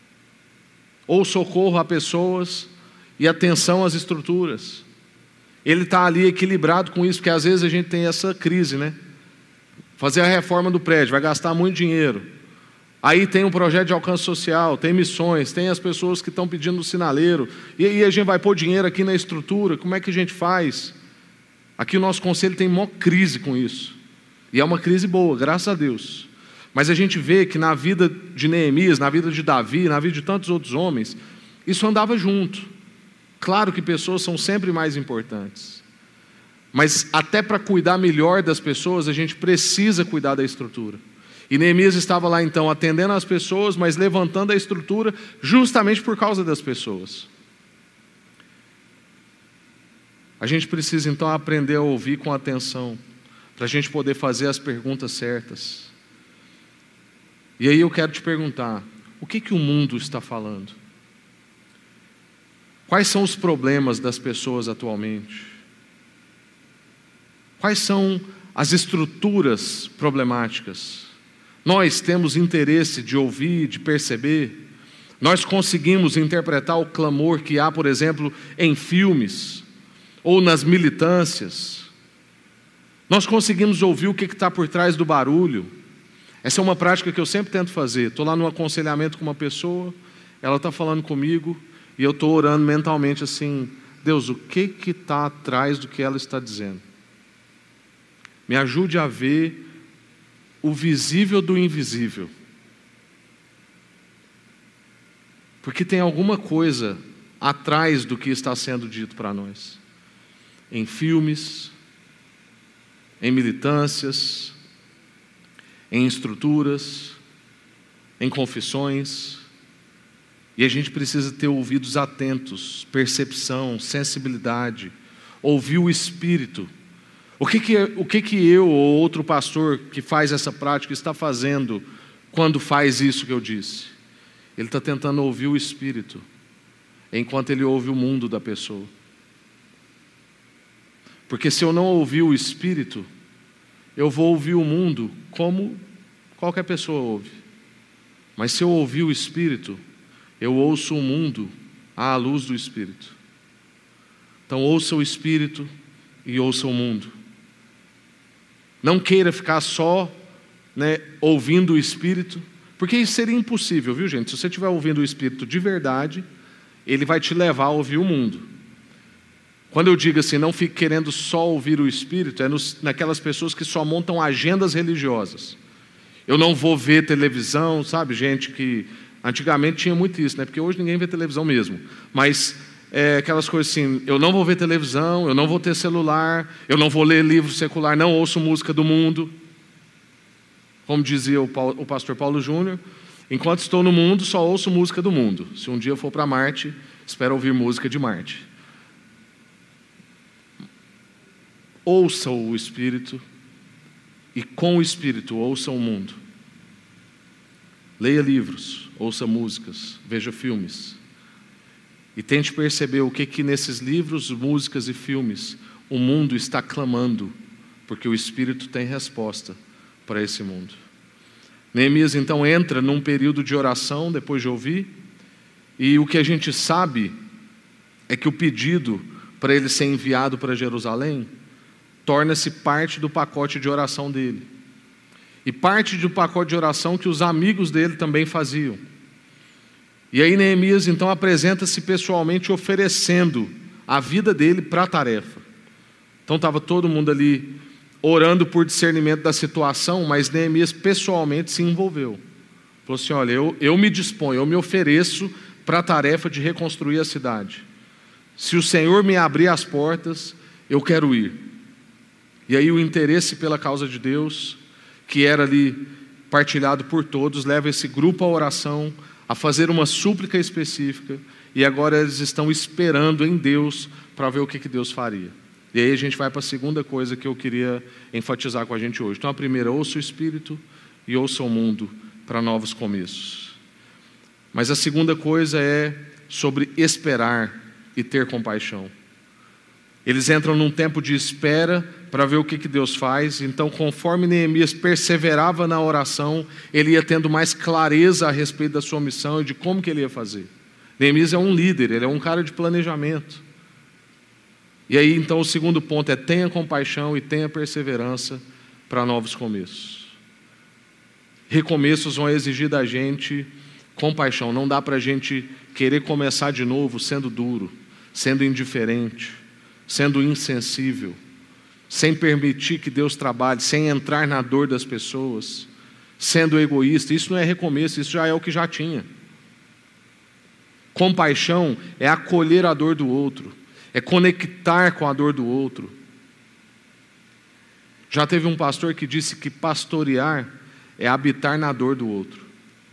Speaker 1: Ou socorro a pessoas e atenção às estruturas. Ele está ali equilibrado com isso, porque às vezes a gente tem essa crise, né? Fazer a reforma do prédio, vai gastar muito dinheiro. Aí tem um projeto de alcance social, tem missões, tem as pessoas que estão pedindo o sinaleiro, e aí a gente vai pôr dinheiro aqui na estrutura, como é que a gente faz? Aqui o nosso conselho tem maior crise com isso, e é uma crise boa, graças a Deus. Mas a gente vê que na vida de Neemias, na vida de Davi, na vida de tantos outros homens, isso andava junto. Claro que pessoas são sempre mais importantes, mas até para cuidar melhor das pessoas, a gente precisa cuidar da estrutura. E Neemias estava lá então atendendo as pessoas, mas levantando a estrutura justamente por causa das pessoas. A gente precisa então aprender a ouvir com atenção, para a gente poder fazer as perguntas certas. E aí eu quero te perguntar, o que que o mundo está falando? Quais são os problemas das pessoas atualmente? Quais são as estruturas problemáticas? Nós temos interesse de ouvir, de perceber? Nós conseguimos interpretar o clamor que há, por exemplo, em filmes ou nas militâncias? Nós conseguimos ouvir o que está por trás do barulho? Essa é uma prática que eu sempre tento fazer. Estou lá no aconselhamento com uma pessoa, ela está falando comigo e eu estou orando mentalmente assim: Deus, o que está atrás do que ela está dizendo? Me ajude a ver o visível do invisível. Porque tem alguma coisa atrás do que está sendo dito para nós. Em filmes, em militâncias, em estruturas, em confissões. E a gente precisa ter ouvidos atentos, percepção, sensibilidade, ouvir o Espírito. O que que, o que que eu ou outro pastor que faz essa prática está fazendo quando faz isso que eu disse? Ele está tentando ouvir o Espírito, enquanto ele ouve o mundo da pessoa. Porque se eu não ouvir o Espírito, eu vou ouvir o mundo como qualquer pessoa ouve. Mas se eu ouvir o Espírito, eu ouço o mundo à luz do Espírito. Então ouça o Espírito e ouça o mundo. Não queira ficar só, né, ouvindo o Espírito, porque isso seria impossível, viu, gente? Se você estiver ouvindo o Espírito de verdade, ele vai te levar a ouvir o mundo. Quando eu digo assim, não fique querendo só ouvir o Espírito, é nos, naquelas pessoas que só montam agendas religiosas. Eu não vou ver televisão, sabe, gente que... Antigamente tinha muito isso, né? Porque hoje ninguém vê televisão mesmo. Mas é, aquelas coisas assim, eu não vou ver televisão, eu não vou ter celular, eu não vou ler livro secular, não ouço música do mundo. Como dizia o, Paulo, o pastor Paulo Júnior, enquanto estou no mundo, só ouço música do mundo. Se um dia eu for para Marte, espero ouvir música de Marte. Ouça o Espírito e com o Espírito ouça o mundo. Leia livros, ouça músicas, veja filmes. E tente perceber o que que nesses livros, músicas e filmes o mundo está clamando, porque o Espírito tem resposta para esse mundo. Neemias então entra num período de oração depois de ouvir, e o que a gente sabe é que o pedido para ele ser enviado para Jerusalém torna-se parte do pacote de oração dele. E parte do pacote de oração que os amigos dele também faziam. E aí Neemias então apresenta-se pessoalmente oferecendo a vida dele para a tarefa. Então estava todo mundo ali orando por discernimento da situação, mas Neemias pessoalmente se envolveu. Falou assim, olha, eu, eu me disponho, eu me ofereço para a tarefa de reconstruir a cidade. Se o Senhor me abrir as portas, eu quero ir. E aí o interesse pela causa de Deus, que era ali partilhado por todos, leva esse grupo à oração, a fazer uma súplica específica, e agora eles estão esperando em Deus para ver o que, que Deus faria. E aí a gente vai para a segunda coisa que eu queria enfatizar com a gente hoje. Então a primeira, ouça o Espírito e ouça o mundo para novos começos. Mas a segunda coisa é sobre esperar e ter compaixão. Eles entram num tempo de espera para ver o que, que Deus faz. Então, conforme Neemias perseverava na oração, ele ia tendo mais clareza a respeito da sua missão e de como que ele ia fazer. Neemias é um líder, ele é um cara de planejamento. E aí, então, o segundo ponto é tenha compaixão e tenha perseverança para novos começos. Recomeços vão exigir da gente compaixão. Não dá para a gente querer começar de novo sendo duro, sendo indiferente, sendo insensível, sem permitir que Deus trabalhe, sem entrar na dor das pessoas, sendo egoísta. Isso não é recomeço, isso já é o que já tinha. Compaixão é acolher a dor do outro, é conectar com a dor do outro. Já teve um pastor que disse que pastorear é habitar na dor do outro.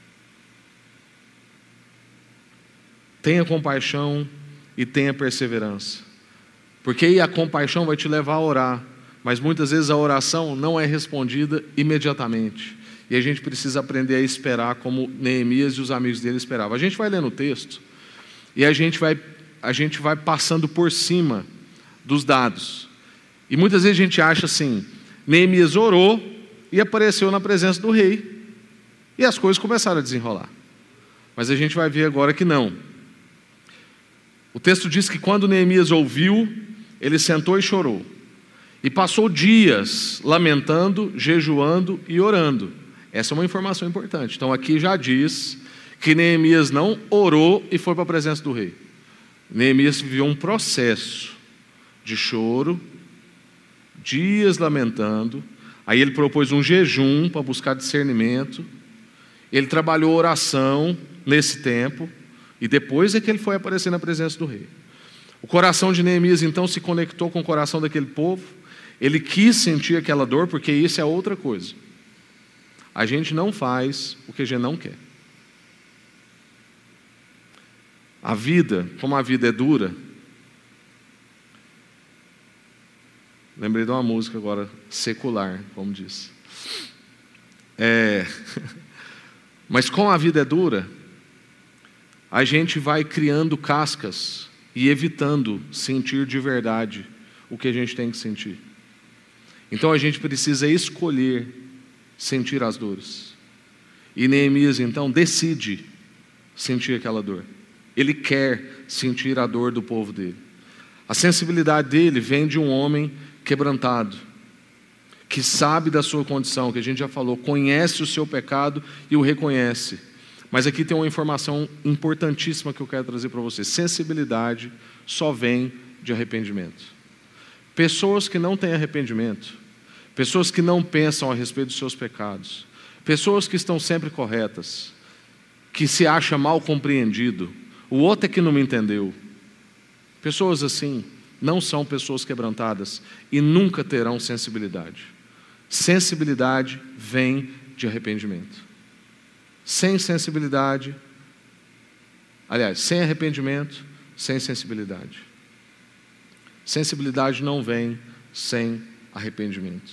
Speaker 1: Tenha compaixão e tenha perseverança. Porque aí a compaixão vai te levar a orar, mas muitas vezes a oração não é respondida imediatamente. E a gente precisa aprender a esperar como Neemias e os amigos dele esperavam. A gente vai lendo o texto e a gente vai, a gente vai passando por cima dos dados. E muitas vezes a gente acha assim, Neemias orou e apareceu na presença do rei. E as coisas começaram a desenrolar. Mas a gente vai ver agora que não. O texto diz que quando Neemias ouviu, ele sentou e chorou. E passou dias lamentando, jejuando e orando. Essa é uma informação importante. Então aqui já diz que Neemias não orou e foi para a presença do rei. Neemias viveu um processo de choro, dias lamentando. Aí ele propôs um jejum para buscar discernimento. Ele trabalhou oração nesse tempo. E depois é que ele foi aparecer na presença do rei. O coração de Neemias então se conectou com o coração daquele povo. Ele quis sentir aquela dor, porque isso é outra coisa. A gente não faz o que a gente não quer. A vida, como a vida é dura. Lembrei de uma música agora, secular, como diz. É... Mas como a vida é dura, a gente vai criando cascas e evitando sentir de verdade o que a gente tem que sentir. Então a gente precisa escolher sentir as dores. E Neemias então decide sentir aquela dor. Ele quer sentir a dor do povo dele. A sensibilidade dele vem de um homem quebrantado, que sabe da sua condição, que a gente já falou, conhece o seu pecado e o reconhece. Mas aqui tem uma informação importantíssima que eu quero trazer para você. Sensibilidade só vem de arrependimento. Pessoas que não têm arrependimento, pessoas que não pensam a respeito dos seus pecados, pessoas que estão sempre corretas, que se acha mal compreendido, o outro é que não me entendeu. Pessoas assim não são pessoas quebrantadas e nunca terão sensibilidade. Sensibilidade vem de arrependimento. Sem sensibilidade, aliás, sem arrependimento, sem sensibilidade. Sensibilidade não vem sem arrependimento.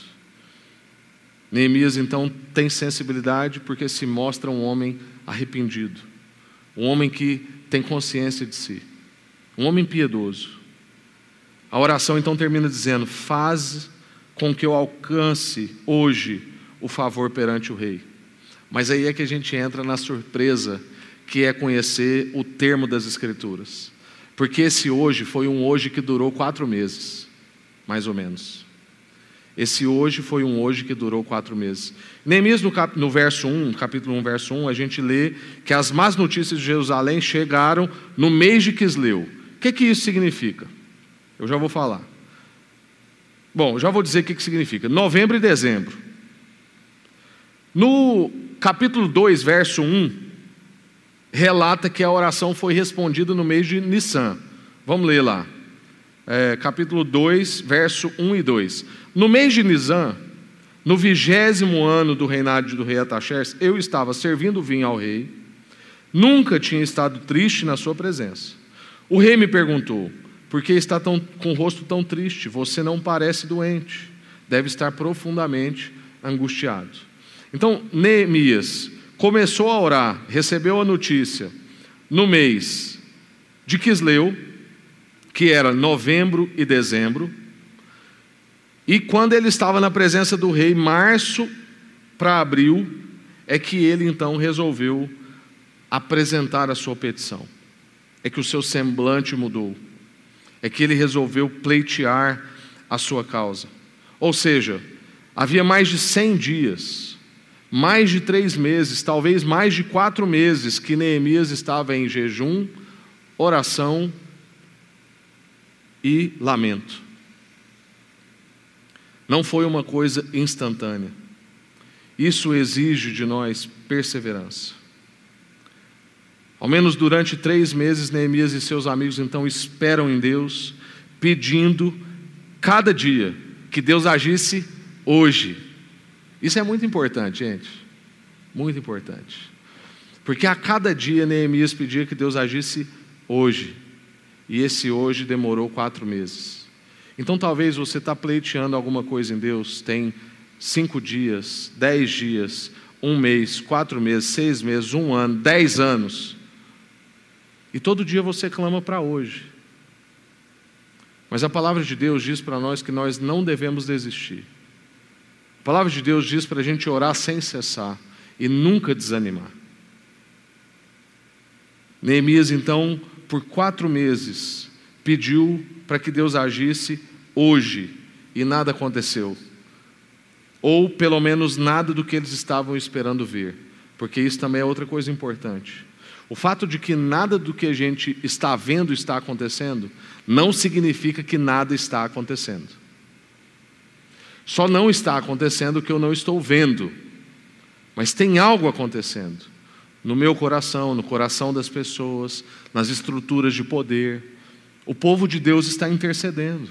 Speaker 1: Neemias então tem sensibilidade porque se mostra um homem arrependido, um homem que tem consciência de si, um homem piedoso. A oração então termina dizendo: faz com que eu alcance hoje o favor perante o rei. Mas aí é que a gente entra na surpresa, que é conhecer o termo das Escrituras. Porque esse hoje foi um hoje que durou quatro meses, mais ou menos. Esse hoje foi um hoje que durou quatro meses. Neemias, no, cap, no verso um, capítulo um, verso um, a gente lê que as más notícias de Jerusalém chegaram no mês de Quisleu. O que, que isso significa? Eu já vou falar. Bom, já vou dizer o que, que significa. Novembro e dezembro. No capítulo dois, verso um, relata que a oração foi respondida no mês de Nissan. Vamos ler lá. É, capítulo dois, verso um e dois. No mês de Nissan, no vigésimo ano do reinado do rei Artaxerxes, eu estava servindo vinho ao rei. Nunca tinha estado triste na sua presença. O rei me perguntou: por que está tão, com o rosto tão triste? Você não parece doente. Deve estar profundamente angustiado. Então, Neemias começou a orar, recebeu a notícia no mês de Quisleu, que era novembro e dezembro, e quando ele estava na presença do rei, março para abril, é que ele então resolveu apresentar a sua petição. É que o seu semblante mudou. É que ele resolveu pleitear a sua causa. Ou seja, havia mais de cem dias, mais de três meses, talvez mais de quatro meses, que Neemias estava em jejum, oração e lamento. Não foi uma coisa instantânea. Isso exige de nós perseverança. Ao menos durante três meses, Neemias e seus amigos então esperam em Deus, pedindo cada dia que Deus agisse hoje. Isso é muito importante, gente. muito importante. Porque a cada dia Neemias pedia que Deus agisse hoje. E esse hoje demorou quatro meses. Então talvez você está pleiteando alguma coisa em Deus, tem cinco dias, dez dias, um mês, quatro meses, seis meses, um ano, dez anos. E todo dia você clama para hoje. Mas a palavra de Deus diz para nós que nós não devemos desistir. A palavra de Deus diz para a gente orar sem cessar e nunca desanimar. Neemias, então, por quatro meses, pediu para que Deus agisse hoje, e nada aconteceu. Ou, pelo menos, nada do que eles estavam esperando ver, porque isso também é outra coisa importante. O fato de que nada do que a gente está vendo está acontecendo, não significa que nada está acontecendo. Só não está acontecendo o que eu não estou vendo, mas tem algo acontecendo. No meu coração, no coração das pessoas, nas estruturas de poder. O povo de Deus está intercedendo.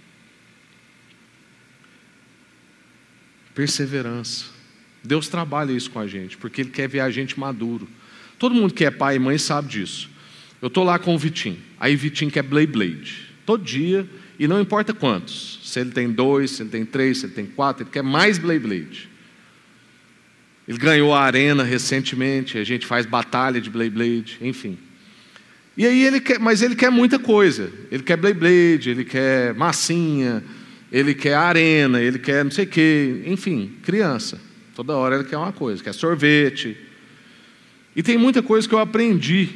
Speaker 1: Perseverança. Deus trabalha isso com a gente, porque Ele quer ver a gente maduro. Todo mundo que é pai e mãe sabe disso. Eu estou lá com o Vitinho. Aí o Vitinho quer Blade Blade. Todo dia, e não importa quantos. Se ele tem dois, se ele tem três, se ele tem quatro, ele quer mais Blade Blade. Ele ganhou a arena recentemente, a gente faz batalha de Blade Blade, enfim. E aí ele quer, mas ele quer muita coisa. Ele quer Blade Blade, ele quer massinha, ele quer arena, ele quer não sei o quê, enfim, criança. Toda hora ele quer uma coisa, quer sorvete. E tem muita coisa que eu aprendi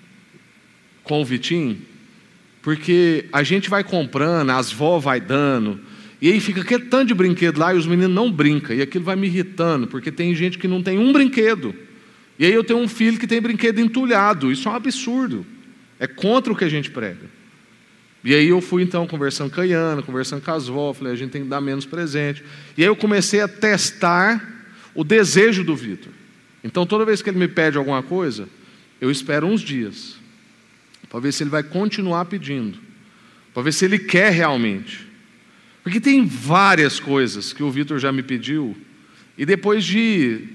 Speaker 1: com o Vitinho, porque a gente vai comprando, as vó vai dando, e aí fica aquele tanto de brinquedo lá e os meninos não brincam, e aquilo vai me irritando, porque tem gente que não tem um brinquedo. E aí eu tenho um filho que tem brinquedo entulhado, isso é um absurdo, é contra o que a gente prega. E aí eu fui então conversando com a Iana, conversando com as vó, falei, a gente tem que dar menos presente. E aí eu comecei a testar o desejo do Vitor. Então toda vez que ele me pede alguma coisa, eu espero uns dias, para ver se ele vai continuar pedindo, para ver se ele quer realmente. Porque tem várias coisas que o Vitor já me pediu, e depois de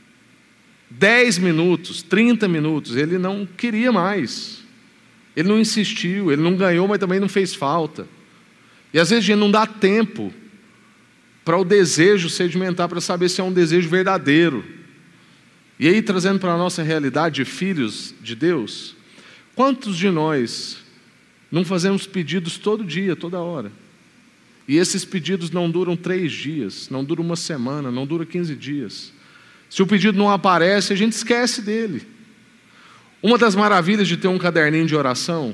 Speaker 1: dez minutos, trinta minutos, ele não queria mais. Ele não insistiu, ele não ganhou, mas também não fez falta. E às vezes a gente não dá tempo para o desejo sedimentar, para saber se é um desejo verdadeiro. E aí, trazendo para a nossa realidade de filhos de Deus, quantos de nós não fazemos pedidos todo dia, toda hora? E esses pedidos não duram três dias, não duram uma semana, não duram quinze dias. Se o pedido não aparece, a gente esquece dele. Uma das maravilhas de ter um caderninho de oração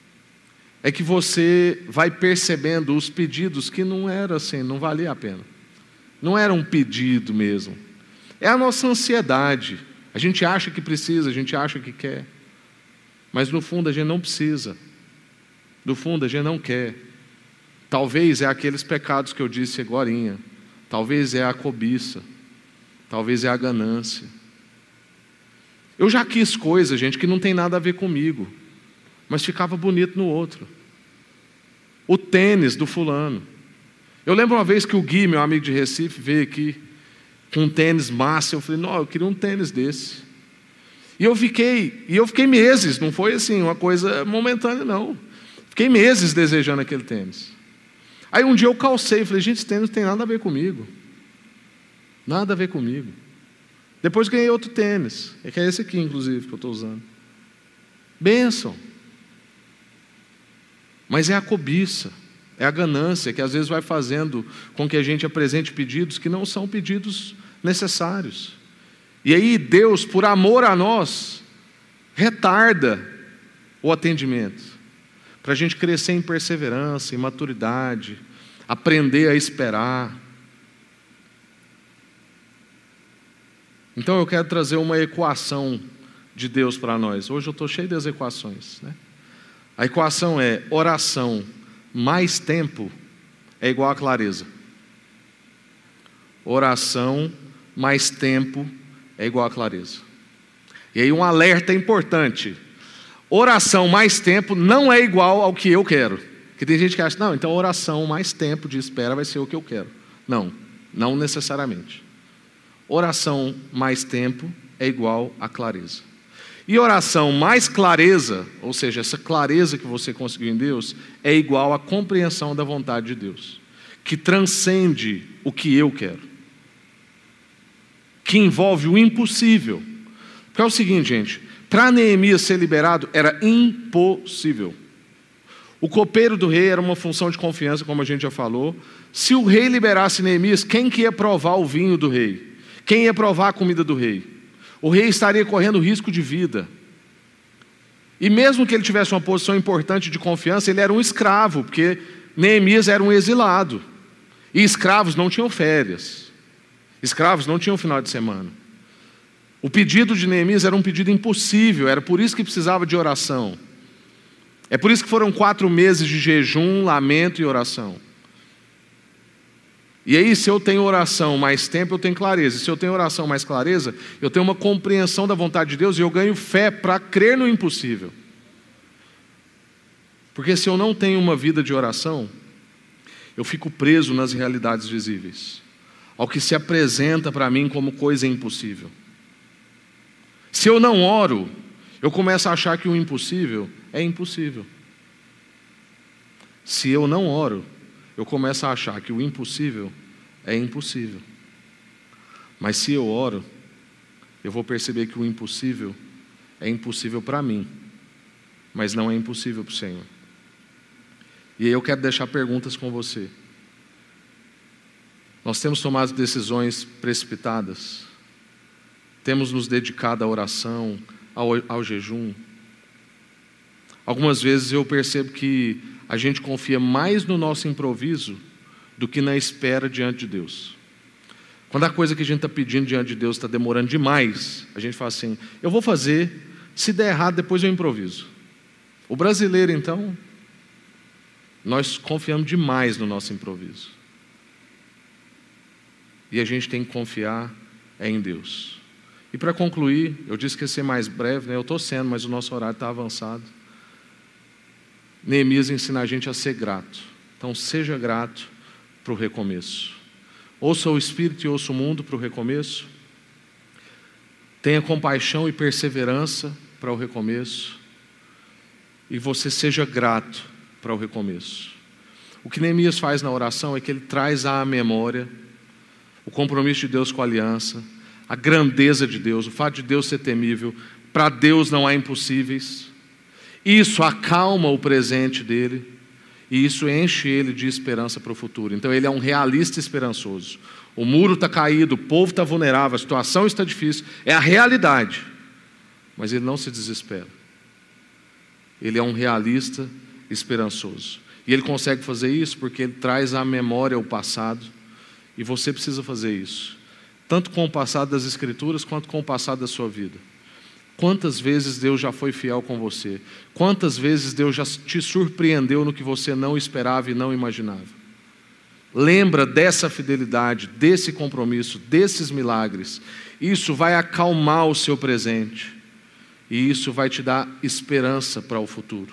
Speaker 1: é que você vai percebendo os pedidos que não era assim, não valia a pena. Não era um pedido mesmo. É a nossa ansiedade. A gente acha que precisa, a gente acha que quer. Mas no fundo a gente não precisa. No fundo a gente não quer. Talvez é aqueles pecados que eu disse agorinha. Talvez é a cobiça. Talvez é a ganância. Eu já quis coisas, gente, que não tem nada a ver comigo, mas ficava bonito no outro. O tênis do fulano. Eu lembro uma vez que o Gui, meu amigo de Recife, veio aqui com um tênis massa. Eu falei, não, eu queria um tênis desse. E eu fiquei, e eu fiquei meses, não foi assim, uma coisa momentânea, não. Fiquei meses desejando aquele tênis. Aí um dia eu calcei, falei, gente, esse tênis não tem nada a ver comigo. Nada a ver comigo. Depois ganhei outro tênis, que é esse aqui, inclusive, que eu estou usando. Bênção. Mas é a cobiça, é a ganância, que às vezes vai fazendo com que a gente apresente pedidos que não são pedidos necessários. E aí Deus, por amor a nós, retarda o atendimento, para a gente crescer em perseverança, em maturidade, aprender a esperar. Então eu quero trazer uma equação de Deus para nós. Hoje eu estou cheio das equações, né? A equação é oração mais tempo é igual a clareza. Oração mais tempo é igual a clareza. E aí um alerta importante. Oração mais tempo não é igual ao que eu quero. Porque tem gente que acha, não, então oração mais tempo de espera vai ser o que eu quero. Não, não necessariamente. oração mais tempo é igual a clareza. E oração mais clareza, ou seja, essa clareza que você conseguiu em Deus, é igual à compreensão da vontade de Deus, que transcende o que eu quero, que envolve o impossível. Porque é o seguinte, gente, para Neemias ser liberado era impossível. O copeiro do rei era uma função de confiança, como a gente já falou. Se o rei liberasse Neemias, quem que ia provar o vinho do rei? Quem ia provar a comida do rei? O rei estaria correndo risco de vida. E mesmo que ele tivesse uma posição importante de confiança, ele era um escravo, porque Neemias era um exilado. E escravos não tinham férias. Escravos não tinham final de semana. O pedido de Neemias era um pedido impossível, era por isso que precisava de oração. É por isso que foram quatro meses de jejum, lamento e oração. E aí, se eu tenho oração mais tempo, eu tenho clareza. Se eu tenho oração mais clareza, eu tenho uma compreensão da vontade de Deus e eu ganho fé para crer no impossível. Porque se eu não tenho uma vida de oração, eu fico preso nas realidades visíveis, ao que se apresenta para mim como coisa impossível. Se eu não oro, eu começo a achar que o impossível é impossível. Se eu não oro, eu começo a achar que o impossível é impossível. Mas se eu oro, eu vou perceber que o impossível é impossível para mim, mas não é impossível para o Senhor. E aí eu quero deixar perguntas com você. Nós temos tomado decisões precipitadas, temos nos dedicado à oração, ao, ao jejum. Algumas vezes eu percebo que a gente confia mais no nosso improviso do que na espera diante de Deus. Quando a coisa que a gente está pedindo diante de Deus está demorando demais, a gente fala assim, eu vou fazer, se der errado depois eu improviso. O brasileiro então, nós confiamos demais no nosso improviso. E a gente tem que confiar é em Deus. E para concluir, eu disse que ia ser mais breve, né? Eu estou sendo, mas o nosso horário está avançado. Neemias ensina a gente a ser grato. Então seja grato para o recomeço. Ouça o Espírito e ouça o mundo para o recomeço. Tenha compaixão e perseverança para o recomeço. E você seja grato para o recomeço. O que Neemias faz na oração é que ele traz à memória o compromisso de Deus com a aliança, a grandeza de Deus, o fato de Deus ser temível. Para Deus não há impossíveis. Isso acalma o presente dele e isso enche ele de esperança para o futuro. Então ele é um realista esperançoso. O muro está caído, o povo está vulnerável, a situação está difícil, é a realidade. Mas ele não se desespera. Ele é um realista esperançoso. E ele consegue fazer isso porque ele traz à memória o passado. E você precisa fazer isso, tanto com o passado das Escrituras, quanto com o passado da sua vida. Quantas vezes Deus já foi fiel com você? Quantas vezes Deus já te surpreendeu no que você não esperava e não imaginava? Lembra dessa fidelidade, desse compromisso, desses milagres. Isso vai acalmar o seu presente. E isso vai te dar esperança para o futuro.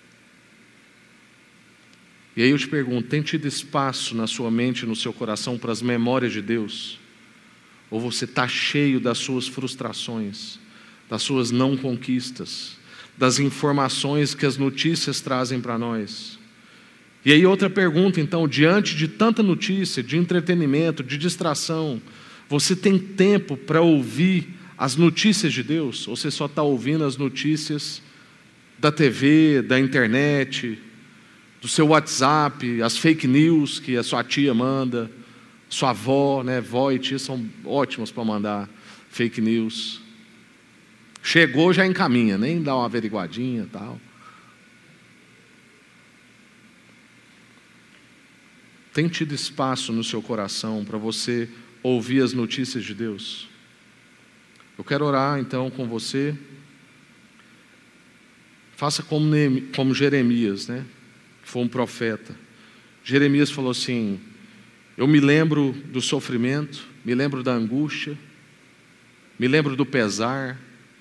Speaker 1: E aí eu te pergunto, tem tido espaço na sua mente e no seu coração para as memórias de Deus? Ou você está cheio das suas frustrações, das suas não conquistas, das informações que as notícias trazem para nós? E aí outra pergunta, então, diante de tanta notícia, de entretenimento, de distração, você tem tempo para ouvir as notícias de Deus? Ou você só está ouvindo as notícias da T V, da internet, do seu WhatsApp, as fake news que a sua tia manda, sua avó, né? Vó e tia são ótimas para mandar fake news. Chegou, já encaminha, nem dá uma averiguadinha e tal. Tem tido espaço no seu coração para você ouvir as notícias de Deus? Eu quero orar então com você. Faça como, Neemias, como Jeremias, né? Que foi um profeta. Jeremias falou assim, eu me lembro do sofrimento, me lembro da angústia, me lembro do pesar,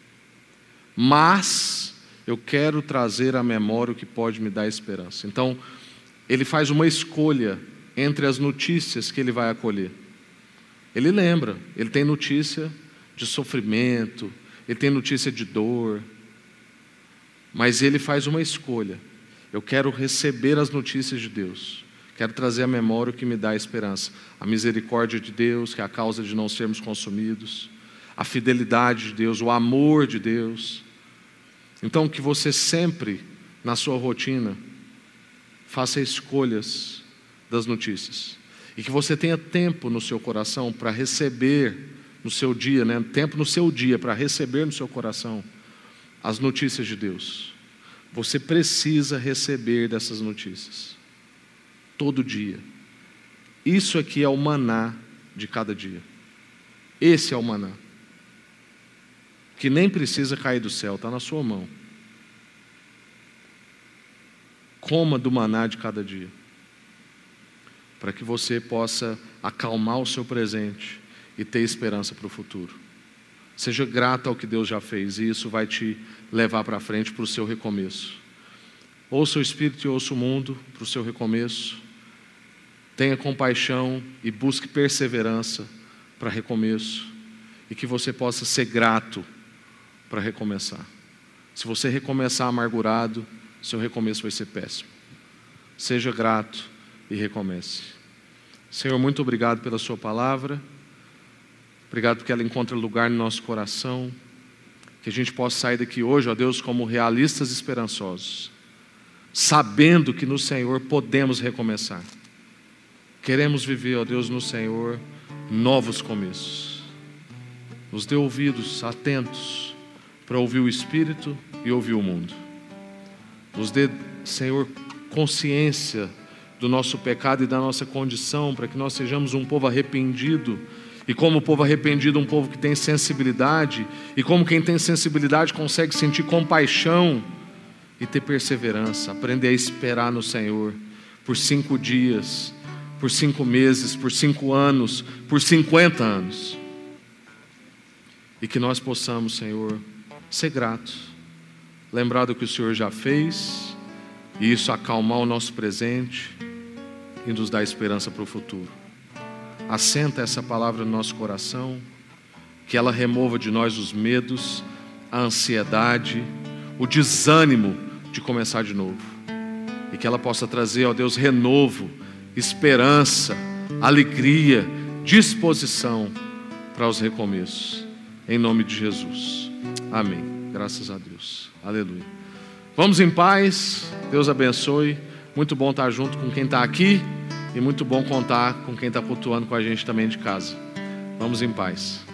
Speaker 1: mas eu quero trazer à memória o que pode me dar esperança. Então, ele faz uma escolha entre as notícias que ele vai acolher. Ele lembra, ele tem notícia de sofrimento, ele tem notícia de dor, mas ele faz uma escolha. Eu quero receber as notícias de Deus, quero trazer à memória o que me dá esperança, a misericórdia de Deus, que é a causa de não sermos consumidos, a fidelidade de Deus, o amor de Deus. Então que você sempre, na sua rotina, faça escolhas das notícias, e que você tenha tempo no seu coração para receber no seu dia, né? tempo no seu dia para receber no seu coração as notícias de Deus. Você precisa receber dessas notícias todo dia. Isso aqui é o maná de cada dia. Esse é o maná, que nem precisa cair do céu, está na sua mão. Coma do maná de cada dia, para que você possa acalmar o seu presente e ter esperança para o futuro. Seja grato ao que Deus já fez, e isso vai te levar para frente para o seu recomeço. Ouça o Espírito e ouça o mundo para o seu recomeço. Tenha compaixão e busque perseverança para recomeço, e que você possa ser grato para recomeçar. Se você recomeçar amargurado, seu recomeço vai ser péssimo. Seja grato e recomece. Senhor, muito obrigado pela sua palavra. Obrigado porque ela encontra lugar no nosso coração. Que a gente possa sair daqui hoje, ó Deus, como realistas esperançosos, sabendo que no Senhor podemos recomeçar. Queremos viver, ó Deus, no Senhor, novos começos. Nos dê ouvidos atentos para ouvir o Espírito e ouvir o mundo. Nos dê, Senhor, consciência do nosso pecado e da nossa condição, para que nós sejamos um povo arrependido, e como povo arrependido, um povo que tem sensibilidade, e como quem tem sensibilidade consegue sentir compaixão e ter perseverança, aprender a esperar no Senhor por cinco dias, por cinco meses, por cinco anos, por cinquenta anos, e que nós possamos, Senhor, ser gratos, lembrar do que o Senhor já fez, e isso acalmar o nosso presente e nos dar esperança para o futuro. Assenta essa palavra no nosso coração, que ela remova de nós os medos, a ansiedade, o desânimo de começar de novo, e que ela possa trazer, ó Deus, renovo, esperança, alegria, disposição para os recomeços, em nome de Jesus, amém. Graças a Deus, aleluia. Vamos em paz, Deus abençoe. Muito bom estar junto com quem está aqui, e muito bom contar com quem está cultuando com a gente também de casa. Vamos em paz.